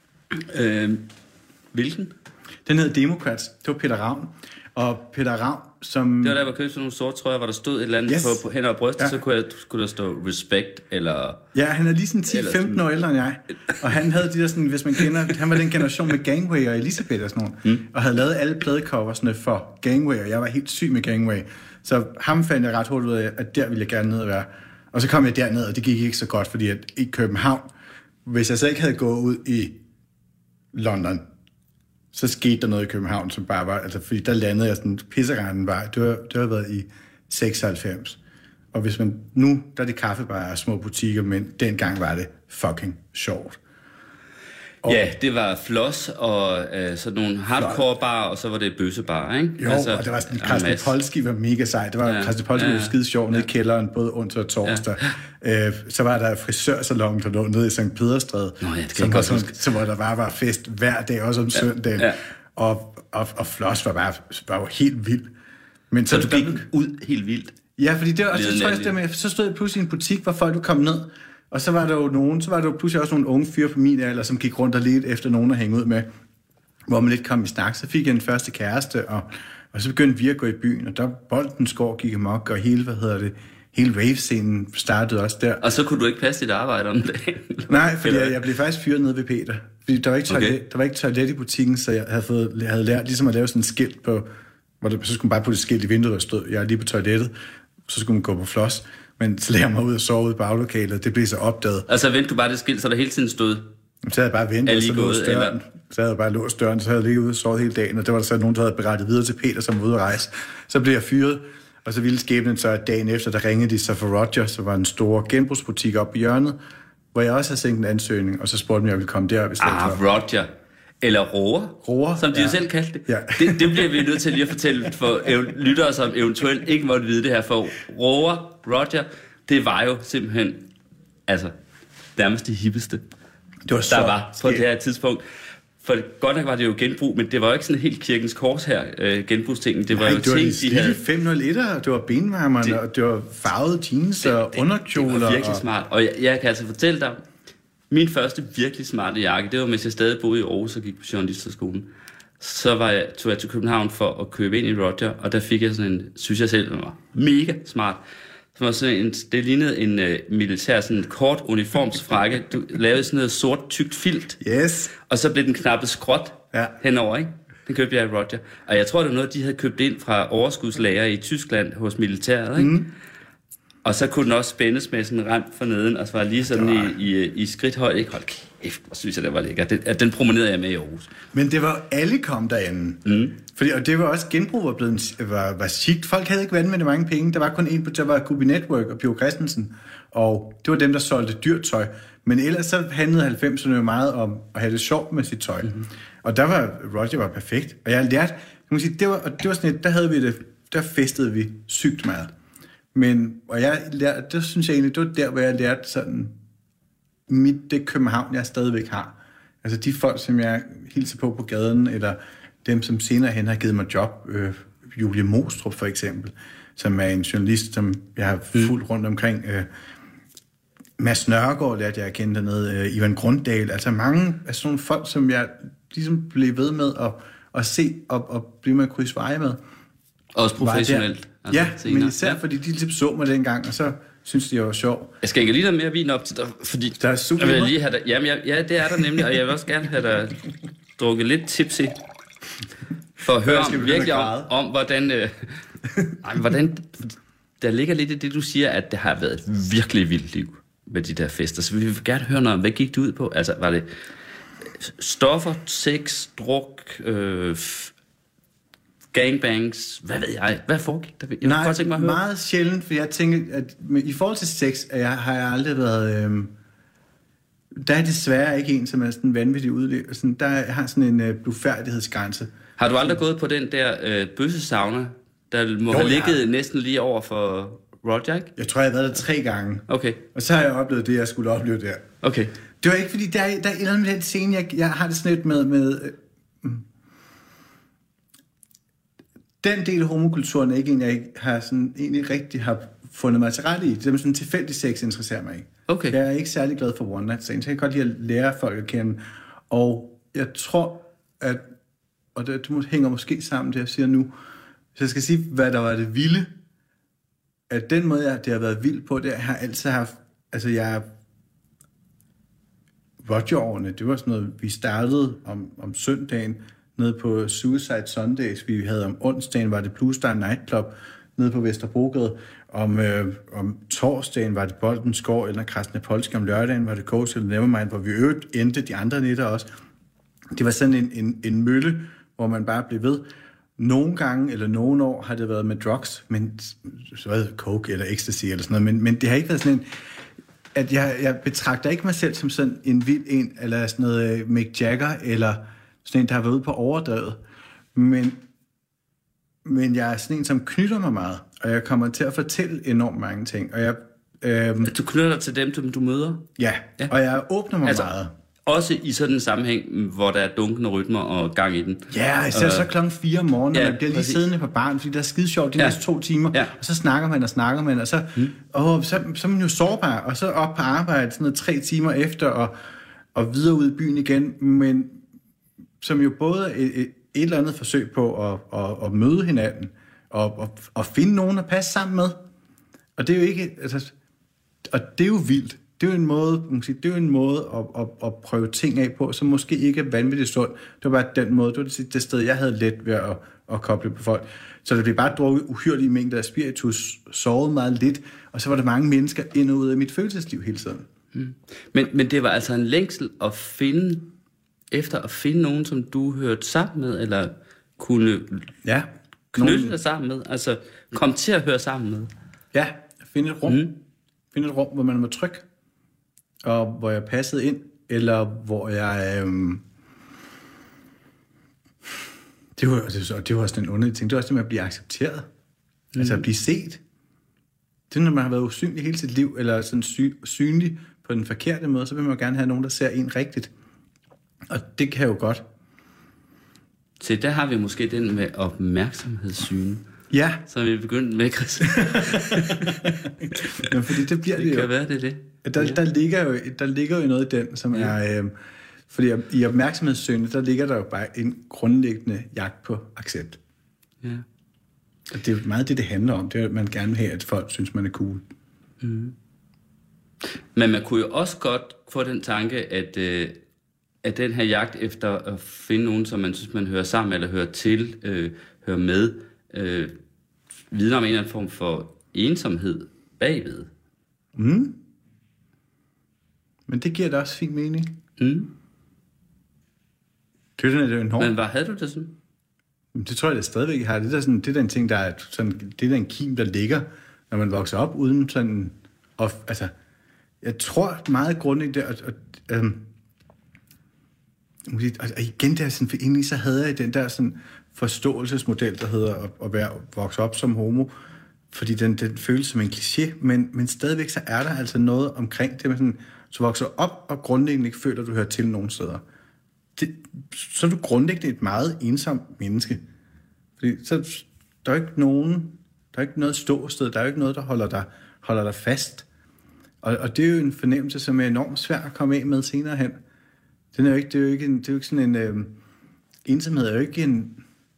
Øh, hvilken? Den hed Democrats. Det var Peter Ravn. Og Peter Ravn, som... Det var der, hvor jeg købte sådan nogle sorte trøjer, hvor der stod et eller andet yes. på, på hænder og bryst, ja. Så kunne, jeg, skulle der stå respect, eller... Ja, han er lige sådan ti femten år ældre end jeg. Og han havde de der sådan, hvis man kender... Han var den generation med Gangway og Elisabeth og sådan noget. Mm. Og havde lavet alle pladecoversne for Gangway, og jeg var helt syg med Gangway. Så ham fandt jeg ret hurtigt ud af, at der ville jeg gerne ned og være. Og så kom jeg derned, og det gik ikke så godt, fordi at i København, hvis jeg så ikke havde gået ud i London, så skete der noget i København, som bare var, altså fordi der landede jeg sådan, Pisseranden var, det var, det har været i seksoghalvfems. Og hvis man, nu, der er det kaffebarer og små butikker, men dengang var det fucking sjovt. Og ja, det var floss og øh, sådan nogle hardcore bar, og så var det bøssebar, ikke? Jo, altså, og det var sådan, Krasnopolski var mega sej. Det var ja, Krasnopolski ja, var skide sjov nede i kælderen, både onsdag og torsdag. Ja. Øh, så var der frisørsalon, der lå nede i Sankt Pederstræde, Nå, ja, som var sådan, så hvor der bare var fest hver dag, også om ja, søndagen. Ja. Og, og, og floss var bare var jo helt vild. Men så, så du gik der, ud helt vildt? Ja, fordi det var, og så, tror jeg, med, så stod jeg pludselig i en butik, hvor folk kom ned. Og så var der jo nogen, så var der jo pludselig også nogle unge fyre på min alder, som gik rundt og ledte efter nogen at hænge ud med, hvor man lidt kom i snak. Så fik jeg en første kæreste, og, og så begyndte vi at gå i byen, og der Boldens Gård gik amok, og hele, hvad hedder det, hele rave-scenen startede også der. Og så kunne du ikke passe dit arbejde om dagen? Nej, fordi jeg, jeg blev faktisk fyret nede ved Peter. Fordi der var ikke toilet, okay. der var ikke toilet i butikken, så jeg havde, fået, jeg havde lært ligesom at lave sådan et skilt på, hvor der, så skulle man bare putte et skilt i vinduet, der stod, jeg er lige på toilettet, så skulle man gå på floss. Men så lagde jeg mig ud og sove ude på baglokalet, det blev så opdaget. Altså ventede du bare det skilt, så der hele tiden stod? Så havde jeg bare ventet, og så låst døren. Så havde jeg bare låst døren, så havde jeg ligget ude og sovet hele dagen, og der var der så nogen, der havde berettet videre til Peter, som var ude at rejse. Så blev jeg fyret, og så ville skæbnen så, at dagen efter, der ringede de så for Roger, så var en stor genbrugsbutik oppe i hjørnet, hvor jeg også havde sendt en ansøgning, og så spurgte om jeg ville komme derop i stedet ah, for. Ah, Roger. Eller Roer, Roer, som de ja. jo selv kaldte det. Ja. det. Det bliver vi nødt til lige at fortælle for ev- lyttere, som eventuelt ikke måtte vide det her. For Roer, Roger, det var jo simpelthen, altså, nærmest det hippeste, det var så der var på skæld. det her tidspunkt. For godt nok var det jo genbrug, men det var jo ikke sådan helt Kirkens Kors her, øh, genbrugstingen. Det var Nej, jo det var ting, de, de havde... fem nul etter, det var benvarmerne, og det var farvede jeans det, og underkjoler. Det var virkelig og... smart. Og jeg, jeg kan altså fortælle dig, min første virkelig smarte jakke, det var, mens jeg stadig boede i Aarhus og gik på journalisterskolen. Så var jeg, tog jeg til København for at købe ind i Roger, og der fik jeg sådan en, synes jeg selv, den var mega smart. Det var sådan en, det lignede en uh, militær, sådan en kort uniformsfrakke. Du lavede sådan noget sort, tykt filt. Yes. Og så blev den knappet skråt ja. henover, ikke? Den købte jeg i Roger. Og jeg tror, det var noget, de havde købt ind fra overskudslager i Tyskland hos militæret, ikke? Mm. Og så kunne den også spændes med sådan en rand for neden, og så var lige sådan var... i, i, i skridthøjde, ikke? Hold kæft, hvor synes jeg, det var lækkert. Den, den promenerede jeg med i Aarhus. Men det var alle kom derinde. Mm. Fordi, og det var også, genbrug var blevet var, var chict. Folk havde ikke vandt med det mange penge. Der var kun en på, der var Kubi Network og Pio Christensen. Og det var dem, der solgte dyrt tøj. Men ellers så handlede halvfemserne jo meget om at have det sjovt med sit tøj. Mm-hmm. Og der var, Roger var perfekt. Og jeg lærte, kan man sige, det var, og det var sådan et, der havde vi det, der festede vi sygt meget. Men, og jeg lærte, det synes jeg egentlig, det var der, hvor jeg lærte sådan, mit, det København, jeg stadigvæk har. Altså de folk, som jeg hilser på på gaden, eller dem, som senere hen har givet mig job, øh, Julie Mostrup for eksempel, som er en journalist, som jeg har fulgt rundt omkring. Øh, Mads Nørgaard lærte jeg at kende dernede, øh, Ivan Grunddal, altså mange af sådan nogle folk, som jeg ligesom blev ved med at, at se og, og blive med at krydse veje med. Også professionelt. Altså, ja, senere. Men især ja. fordi de ligesom så mig dengang, og så synes de, jeg var sjov. Jeg skal ikke lige noget mere vin op til dig, fordi... Der er super. Jeg vil lige have dig, jamen, jeg, ja, det er der nemlig, og jeg vil også gerne have dig drukket lidt tipsy, for at høre om, virkelig om, om, hvordan... Øh, ej, hvordan... Der ligger lidt i det, du siger, at det har været et virkelig vildt liv med de der fester. Så vi vil gerne høre noget om, hvad gik du ud på? Altså, var det stoffer, sex, druk, øh, gangbangs, hvad ved jeg? Hvad foregik der? Jeg Nej, godt tænke mig at høre. Meget sjældent, for jeg tænker, at i forhold til sex, jeg, har jeg aldrig været... Øh, der er desværre ikke en, som er sådan vanvittig udlev. Sådan, der har sådan en øh, blufærdighedsgrænse. Har du aldrig gået på den der øh, bøssesauna, der må jo, have ligget ja. næsten lige over for Roger, ikke? Jeg tror, jeg har været der tre gange. Okay. Og så har jeg oplevet det, jeg skulle opleve der. Okay. Det var ikke, fordi der er, der er et eller andet med den scene, jeg, jeg har det sådan lidt med... med øh, den del af homokulturen er ikke en, jeg ikke har sådan, egentlig rigtig har fundet mig til rette i. Det er sådan tilfældig sex interesserer mig ikke. Okay. Jeg er ikke særlig glad for one night stands. Jeg kan godt lide at lære folk at kende. Og jeg tror, at... Og det, det hænger måske sammen, det jeg siger nu. Så jeg skal sige, hvad der var det vilde. At den måde, jeg, det har været vildt på, det har jeg altid haft... Altså, jeg... Roger-årene, det var sådan noget, vi startede om, om søndagen nede på Suicide Sundays. Vi havde om onsdagen, var det Blue Star Nightclub nede på Vesterbrogade. Om, øh, om torsdagen var det Boldens Gård eller Krasnapolsk. Om lørdagen var det Coast eller Nevermind, hvor vi øvrigt endte de andre nætter også. Det var sådan en, en, en mølle, hvor man bare blev ved. Nogle gange eller nogle år har det været med drugs, men så var det coke eller ecstasy eller sådan noget. Men, men det har ikke været sådan en... At jeg, jeg betragter ikke mig selv som sådan en vild en, eller sådan noget Mick Jagger, eller sådan en, der har været ude på overdrevet. Men, men jeg er sådan en, som knytter mig meget, og jeg kommer til at fortælle enormt mange ting. Og jeg, øhm, du knytter dig til dem, som du møder? Ja, ja. Og jeg åbner mig altså, meget. Også i sådan en sammenhæng, hvor der er dunkende rytmer og gang i den. Ja, især uh, så klokken fire om morgenen, ja, og man bliver lige præcis. siddende på baren, fordi der er skide sjovt de ja. næste to timer, ja. og så snakker man og snakker man, og så, hmm. åh, så, så er man jo sårbar, og så op på arbejde sådan noget tre timer efter, og, og videre ud i byen igen, men som jo både et, et, et eller andet forsøg på at, at, at møde hinanden, og, og, og finde nogen at passe sammen med. Og det er jo ikke, altså, og det er jo vildt. Det er jo en måde, man kan sige, det er jo en måde at, at, at prøve ting af på, som måske ikke er vanvittigt sundt. Det var bare den måde, det var det, det sted, jeg havde let ved at, at koble på folk. Så det blev bare drukket uhyrlige mængder af spiritus, sovet meget lidt, og så var der mange mennesker ind og ud af mit følelsesliv hele tiden. Mm. Men, men det var altså en længsel at finde, efter at finde nogen, som du hørte sammen med, eller kunne ja, knytte nogen... dig sammen med, altså komme til at høre sammen med. Ja, finde et rum. Mm. Finde et rum, hvor man var tryg. Og hvor jeg passede ind, eller hvor jeg... Øhm, det, var, det, var, det var også en underlig ting. Det var også det med at blive accepteret. Mm. Altså at blive set. Det er, når man har været usynlig hele sit liv, eller sådan sy- synlig på den forkerte måde, så vil man jo gerne have nogen, der ser en rigtigt. Og det kan jo godt. Så der har vi måske den med opmærksomhedssyne. Ja. Så vi begyndt med, Chris. Men fordi det bliver det, det kan jo. være, det er det. Der, der, ligger jo, der ligger jo noget i den, som ja. er... Øh, fordi i opmærksomhedssøgende, der ligger der jo bare en grundlæggende jagt på accept. Ja. Og det er jo meget det, det handler om. Det er, at man gerne vil have, at folk synes, man er cool. Mm. Men man kunne jo også godt få den tanke, at, øh, at den her jagt efter at finde nogen, som man synes, man hører sammen eller hører til, øh, hører med, øh, vidner om en eller anden form for ensomhed bagved. Mm. Men det giver da også fin mening. Mm. Det er jo enormt. Men hvad havde du det sådan? Det tror jeg, det stadigvæk har. Det er, sådan, det er en ting, der er sådan, det er en kim, der ligger, når man vokser op uden sådan... Og, altså, jeg tror meget grundlæggende, og, og, og, og igen der, sådan, for egentlig så havde jeg den der sådan forståelsesmodel, der hedder at, at være vokse op som homo, fordi den, den føles som en kliché, men, men stadigvæk så er der altså noget omkring det, med sådan, så vokser op og grundlæggende ikke føler, at du hører til nogen steder. det, så er du grundlæggende et meget ensomt menneske. Fordi så der er ikke nogen, der er ikke noget ståsted, der er ikke noget, der holder dig, holder dig fast. Og, og det er jo en fornemmelse, som er enormt svær at komme af med senere hen. Den er jo ikke, det er jo ikke, en, det er jo ikke sådan en... Øh, ensomhed er jo ikke en...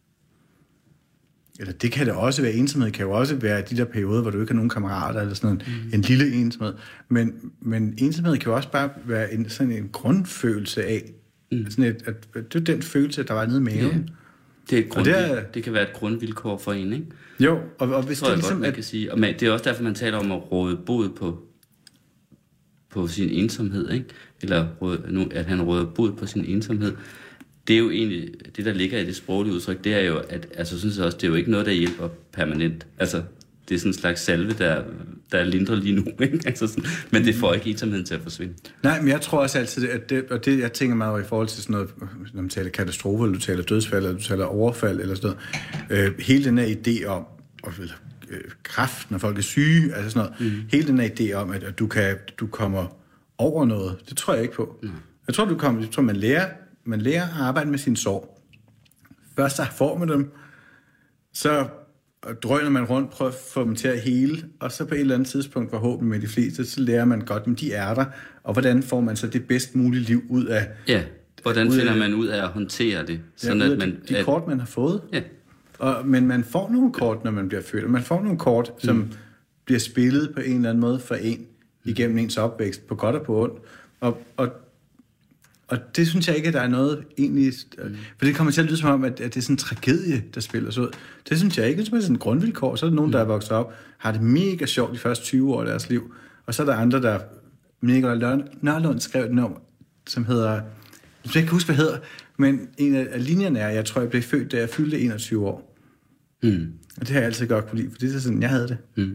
Eller det kan det også være. Ensomhed kan jo også være de der perioder, hvor du ikke har nogen kammerater, eller sådan en, mm. en lille ensomhed. Men, men ensomhed kan jo også bare være en, sådan en grundfølelse af... Mm. Sådan et, at, at det er den følelse, der var nede i maven. Yeah. Det, er et grund, det, er, det kan være et grundvilkår for en, ikke? Jo, og, og hvis det er ligesom... Godt, man kan sige. Og man, det er også derfor, man taler om at råde bod på, på sin ensomhed, ikke? Eller råde, at han råder bod på sin ensomhed. Det er jo egentlig, det der ligger i det sproglige udtryk, det er jo, at, altså synes jeg også, det er jo ikke noget, der hjælper permanent. Altså, det er sådan en slags salve, der, der er lindrer lige nu, ikke? Altså sådan, men det får ikke ensomheden til at forsvinde. Nej, men jeg tror også altid, at det, og det, jeg tænker meget i forhold til sådan noget, når man taler katastrofe, eller du taler dødsfald, eller du taler overfald, eller sådan noget. Øh, hele den her idé om, eller øh, kræft, når folk er syge, altså sådan noget. Mm. Hele den her idé om, at, at du, kan, du kommer over noget, det tror jeg ikke på. Mm. Jeg tror, du kommer, jeg tror, man lærer, man lærer at arbejde med sin sorg. Først så får man dem, så drøner man rundt, prøver at få dem til at hele, og så på et eller andet tidspunkt, forhåbentlig med de fleste, så lærer man godt, at de er der, og hvordan får man så det bedst mulige liv ud af... Ja, hvordan ud finder af, man ud af at håndtere det? Sådan ja, at man, de, de kort, man har fået. Ja. Og, men man får nogle kort, når man bliver født, og man får nogle kort, som mm. bliver spillet på en eller anden måde for en, igennem ens opvækst, på godt og på ondt. Og, og Og det synes jeg ikke, at der er noget egentlig... Mm. For det kommer til at lyde som om, at, at det er sådan en tragedie, der spiller sig ud. Det synes jeg ikke. Det er sådan en grundvilkår. Så er der nogen, der er vokset op, har det mega sjovt de første tyve år af deres liv. Og så er der andre, der... Nicolai Nørlund skrev et nummer, som hedder... Jeg kan ikke huske, hvad det hedder, men en af linjerne er, jeg tror, jeg blev født, da jeg fyldte enogtyve år. Mm. Og det har jeg altid godt kunne lide, for det er sådan, jeg havde det. Mm.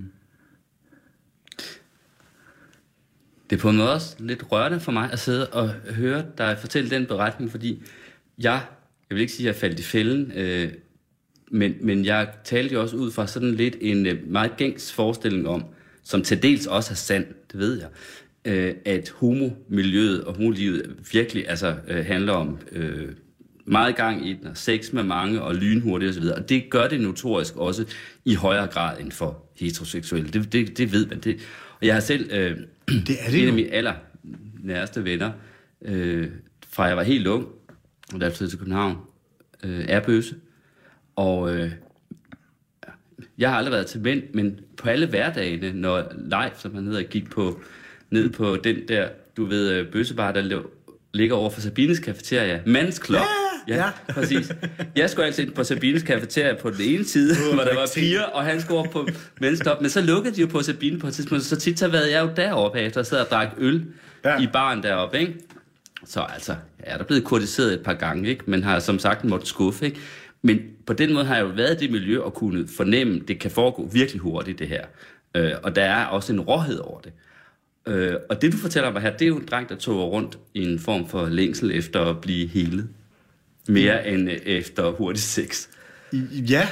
Det er på en måde også lidt rørende for mig at sidde og høre dig fortælle den beretning, fordi jeg, jeg vil ikke sige, at jeg faldt i fælden, øh, men, men jeg talte jo også ud fra sådan lidt en øh, meget gængs forestilling om, som til dels også er sand, det ved jeg, øh, at homomiljøet og homolivet virkelig altså, øh, handler om øh, meget gang i den, og sex med mange og lynhurtigt osv., og det gør det notorisk også i højere grad end for heteroseksuelle. Det, det, det ved man. Det. Og jeg har selv... Øh, Det er det en af mine aller nærmeste venner, øh, fra jeg var helt ung, og da jeg flyttede til København, øh, er bøsse. Og øh, jeg har aldrig været til mænd, men på alle hverdagene, når live, som han hedder, gik på, ned på den der, du ved, bøssebar, der ligger over for Sabines Cafeteria, Mands Club. Ja, ja, præcis. Jeg skulle altid ind på Sabines Cafeteria på den ene side, uh, hvor der var piger, og han skulle op på Men's Club. Men så lukkede de jo på Sabine på et tidspunkt, så tit så været jeg jo deroppe efter og sad og drak øl ja. i baren deroppe, ikke? Så altså, jeg er der blevet kurtiseret et par gange, ikke? Men har som sagt måttet skuffe, ikke? Men på den måde har jeg jo været i det miljø og kunne fornemme, at det kan foregå virkelig hurtigt, det her. Øh, og der er også en råhed over det. Øh, og det, du fortæller mig her, det er jo en dreng, der tog rundt i en form for længsel efter at blive helet. Mere end efter hurtig sex. Ja.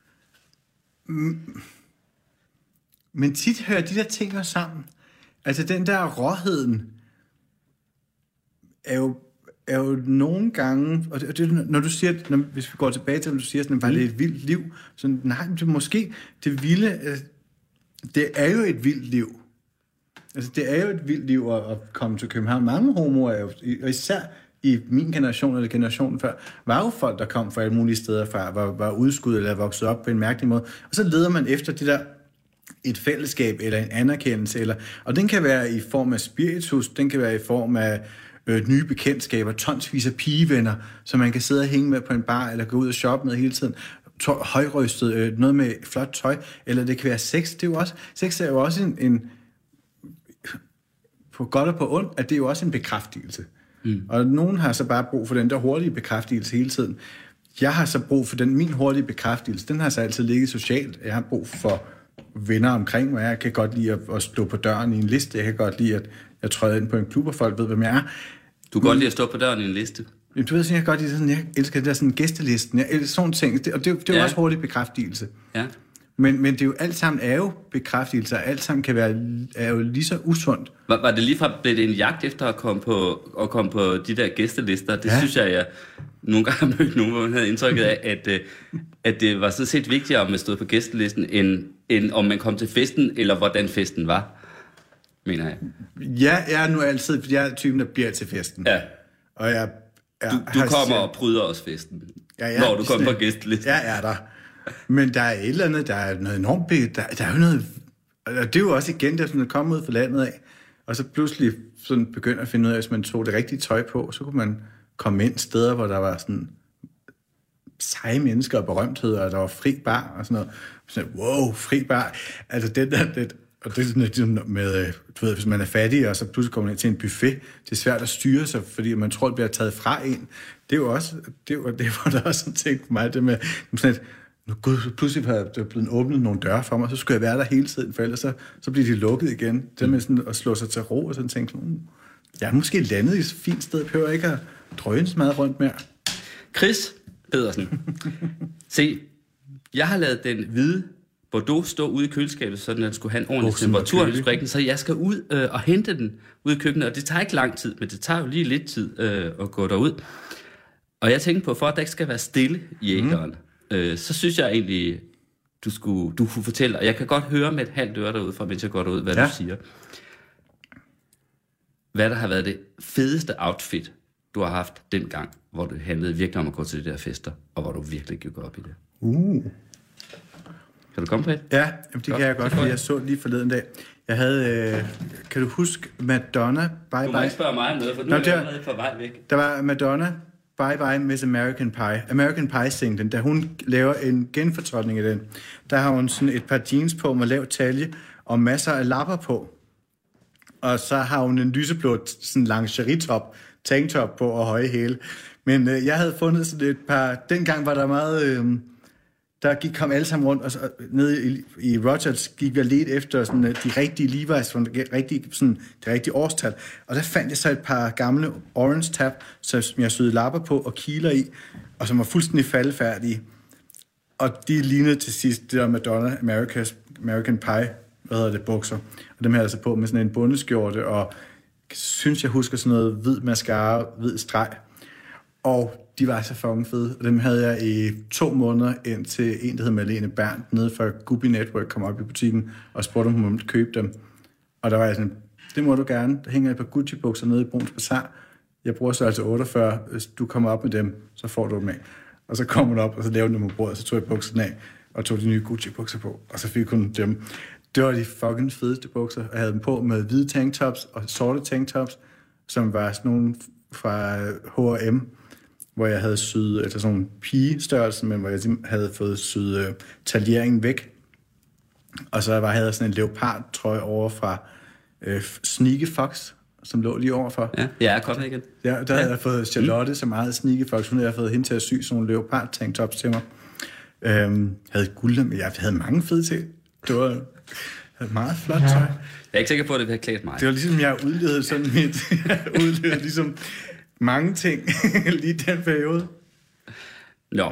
Men tit hører de der ting også sammen. Altså den der råheden er jo, er jo nogle gange, og det, og det, når du siger, når, hvis vi går tilbage til, når du siger sådan, var det et vildt liv? Så nej, det måske det vilde, det er jo et vildt liv. Altså det er jo et vildt liv at, at komme til København. Mange homoer er jo, og især i min generation eller generationen før, var jo folk, der kom fra alle mulige steder fra, var, var udskud eller vokset op på en mærkelig måde. Og så leder man efter det der, et fællesskab eller en anerkendelse. Eller, og den kan være i form af spiritus, den kan være i form af øh, nye bekendtskaber, tonsvis af pigevenner, som man kan sidde og hænge med på en bar, eller gå ud og shoppe med hele tiden. Tøj, højrystet, øh, noget med flot tøj, eller det kan være sex. Det er jo også, sex er jo også en, en på godt og på ondt, at det er jo også en bekræftelse. Mm. Og nogen har så bare brug for den der hurtige bekræftelse hele tiden. Jeg har så brug for den, min hurtige bekræftelse, den har så altid ligget socialt. Jeg har brug for venner omkring mig. Jeg kan godt lide at, at stå på døren i en liste. Jeg kan godt lide, at jeg træder ind på en klub, og folk ved, hvem jeg er. Du kan godt lide at stå på døren i en liste? Jamen, du ved, sådan, jeg kan godt lide sådan, jeg elsker det der sådan gæstelisten. Jeg elsker sådan ting, det, og det, det er jo ja. også hurtig bekræftelse. Ja. Men, men det er jo alt sammen er jo bekræftelser, alt sammen kan være er jo lige så usundt. Var, var det ligefrem blevet en jagt efter at komme på, at komme på de der gæstelister? Det Ja. synes jeg, jeg nogle gange har mødt nogen, hvor man havde indtrykket af, at, øh, at det var sådan set vigtigere, om man stod på gæstelisten, end, end om man kom til festen, eller hvordan festen var, mener jeg. Ja, jeg er nu altid, fordi jeg er typen, der bliver til festen. Ja. Og jeg, jeg Du, du har- kommer og bryder os festen, Ja, ja, når du kommer på sådan- gæstelisten. Ja, er der. Men der er et eller andet, der er noget enormt... be- Der, der er jo noget... Og det er jo også igen, der er sådan at komme ud fra landet af, og så pludselig sådan begynder at finde ud af, at hvis man tog det rigtige tøj på, så kunne man komme ind steder, hvor der var sådan seje mennesker og berømtheder, og der var fri bar og sådan noget. Sådan, wow, fri bar. Altså det der... Det, og det er sådan ligesom med, du ved, hvis man er fattig, og så pludselig kommer man ind til en buffet, det er svært at styre sig, fordi man tror, det bliver taget fra en. Det er jo også, det var, det var der også sådan ting for mig, det med, sådan et, nu gud, pludselig har der blevet åbnet nogle døre for mig, så skulle jeg være der hele tiden, for ellers så, så bliver de lukket igen. Det med sådan at slå sig til ro, og sådan tænke, mm, jeg er måske landet i et fint sted, jeg behøver ikke at drøne så meget rundt mere. Chris Pedersen. Se, jeg har lavet den hvide Bordeaux stå ude i køleskabet, sådan at den skulle have en ordentlig Buksen var temperatur, kølig. den skulle, så jeg skal ud øh, og hente den ude i køkkenet, og det tager ikke lang tid, men det tager jo lige lidt tid øh, at gå derud. Og jeg tænkte på, for at der ikke skal være stille i ægeren, mm. øh, så synes jeg egentlig, du, skulle, du kunne fortælle, og jeg kan godt høre med et halvt øre derude fra, mens jeg går derud, hvad ja. du siger. Hvad der har været det fedeste outfit, du har haft dengang, hvor det handlede virkelig om at gå til de der fester, og hvor du virkelig gik op i det. Uh. Kan du komme på et? Ja, jamen det kan jeg godt, fordi jeg så lige forleden dag. Jeg havde, øh, kan du huske Madonna, Bye Du må Bye? ikke spørge mig om noget, for nu Nå, er det jeg er- allerede på vej væk. Der var Madonna, Bye Bye Miss American Pie. American Pie-singlen, da hun laver en genfortolkning af den, der har hun sådan et par jeans på med lav talje og masser af lapper på. Og så har hun en lyseblå sådan lingerie-top, tanktop på og høje hæle. Men øh, jeg havde fundet sådan et par... Dengang var der meget... Øh, der gik, kom alle sammen rundt, og så, nede i, i Rogers gik vi lidt efter sådan, de rigtige Levi's, fra det rigtige, sådan, det rigtige årstal. Og der fandt jeg så et par gamle orange tab, som jeg syede lapper på og kiler i, og som var fuldstændig faldefærdige. Og de lignede til sidst det der Madonna America's, American Pie, hvad hedder det, bukser. Og dem havde jeg så på med sådan en bundeskjorte, og synes jeg husker sådan noget hvid mascara, hvid streg. Og de var så fucking fede. Og dem havde jeg i to måneder, indtil en, der hed Malene Berndt, nede fra Gubi Network, kom op i butikken og spurgte, om hun måtte købe dem. Og der var jeg sådan, det må du gerne. Der hænger et par Gucci-bukser nede i Bruns Bazaar. Jeg bruger så altså otteogfyrre. Hvis du kommer op med dem, så får du dem af. Og så kom hun op, og så lavede hun dem på bordet, og så tog jeg bukserne af, og tog de nye Gucci-bukser på. Og så fik hun dem. Det var de fucking fedeste bukser. Jeg havde dem på med hvide tanktops og sorte tanktops, som var sådan nogle fra H og M, hvor jeg havde syet, altså sådan en pigestørrelse, men hvor jeg havde fået syet øh, taljeringen væk. Og så var, havde jeg sådan en leopardtrøje over fra øh, Sneaky Fox, som lå lige overfor. Ja, jeg er kommet igen. Ja, der ja. havde jeg fået Charlotte, mm. som meget Sneaky Fox. Hun havde fået hende til at sy sådan nogle leopard tanktops til mig. Øhm, havde guld, men jeg havde mange fede ting. Det var havde meget flot tøj. Jeg er ikke sikker på, at det havde klædt mig. Det var ligesom, jeg udlevede sådan mit... jeg udlevede ligesom mange ting lige i den periode. Nå.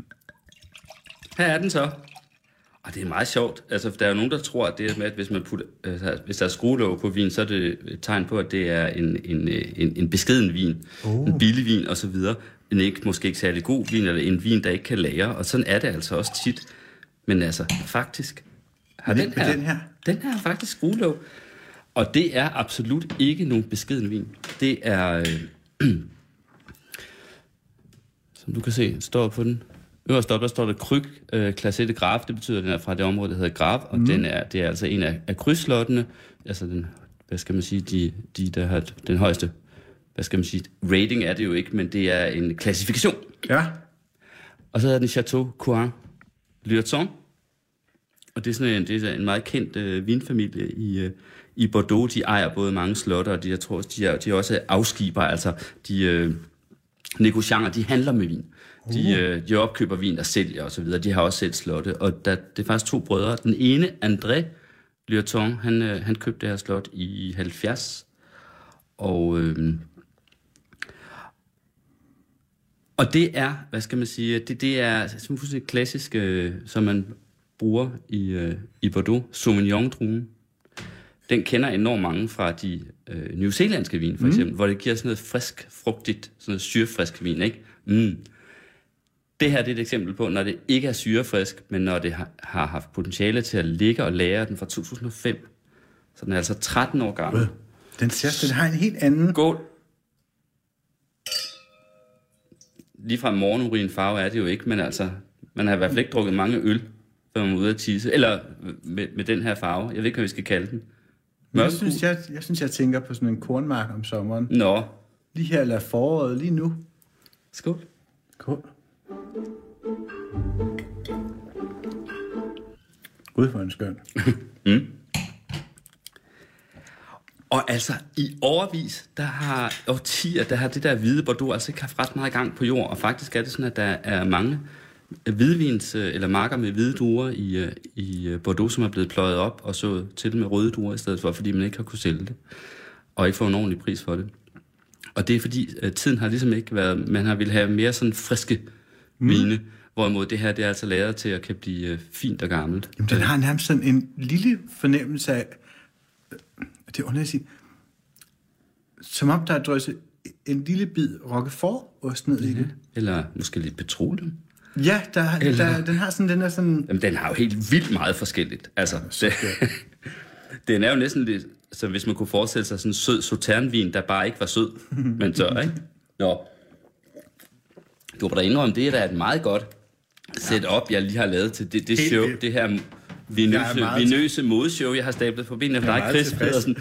Her er den så. Og det er meget sjovt. Altså, der er jo nogen, der tror, at det er med, at hvis, man putter, altså, hvis der er skruelåg på vin, så er det et tegn på, at det er en, en, en, en beskeden vin. Oh. En billig vin og så videre. En ikke, måske ikke særlig god vin, eller en vin, der ikke kan lagre. Og sådan er det altså også tit. Men altså, faktisk har den her, den her, den her er faktisk skruelåg. Og det er absolut ikke nogen beskeden vin. Det er, øh, som du kan se, står på den øverst op, der står der Kryg øh, klasse et Graf. Det betyder, at den er fra det område, der hedder Graf, og mm. den er, det er altså en af, af krydslottene, altså den, hvad skal man sige, de, de der har den højeste, hvad skal man sige, rating er det jo ikke, men det er en klassifikation. Ja. Og så hedder den Chateau Coin Lurton, og det er sådan en, det er en meget kendt øh, vinfamilie i, øh, i Bordeaux. De ejer både mange slotter, og de, jeg tror, de er, de er også afskiber, altså de øh, negocianter, de handler med vin. De, øh, de opkøber vin og sælger og så videre. De har også selv slotte, og der, det er faktisk to brødre. Den ene, André Lurton, han, øh, han købte det her slot i halvfjerds, og øh, og det er, hvad skal man sige, det, det er fuldstændig klassisk, øh, som man bruger i, øh, i Bordeaux, Sauvignon-druen. Den kender enormt mange fra de øh, newzealandske vin, for eksempel, mm. hvor det giver sådan noget frisk, frugtigt, sådan noget syrefrisk vin, ikke? Mm. Det her det er et eksempel på, når det ikke er syrefrisk, men når det har, har haft potentiale til at ligge og lære den fra to tusind og fem. Så den er altså tretten år gammel. Den ser, den har en helt anden... Skål. Lige fra morgenurin farve er det jo ikke, men altså, man har i hvert fald ikke drukket mange øl, før man er ude at tisse. Eller med, med den her farve. Jeg ved ikke, hvad vi skal kalde den. Jeg synes jeg, jeg synes, jeg tænker på sådan en kornmark om sommeren. Nå. Lige her eller foråret, lige nu. Skål. Skål. Gud, hvor en skøn. mm. Og altså, i overvis, der har årtier, der har det der hvide Bordeaux altså ikke haft ret meget gang på jord. Og faktisk er det sådan, at der er mange hvidvins, eller marker med hvide druer i, i Bordeaux, som er blevet pløjet op og så til med røde druer i stedet for, fordi man ikke har kunne sælge det. Og ikke få en ordentlig pris for det. Og det er fordi, at tiden har ligesom ikke været, man har ville have mere sådan friske mm. vine, hvorimod det her, det er altså lavet til at kan blive fint og gammelt. Jamen, den har nærmest sådan en lille fornemmelse af, det er underligt at sige, som om der er drysset en lille bid roquefort-ost ned ja. i det. Eller måske lidt petroleum. Ja, der, Eller... der, den har sådan, den er sådan... Jamen, den har jo helt vildt meget forskelligt. Altså, ja, det, den er jo næsten lidt, så hvis man kunne forestille sig sådan en sød sauternvin, der bare ikke var sød, men tør, ikke? Nå. Du må da indrømme, det er da et meget godt setup, jeg lige har lavet til det, det show, det her vinøse, vinøse modeshow, jeg har stablet på benene for dig, Chris Pedersen.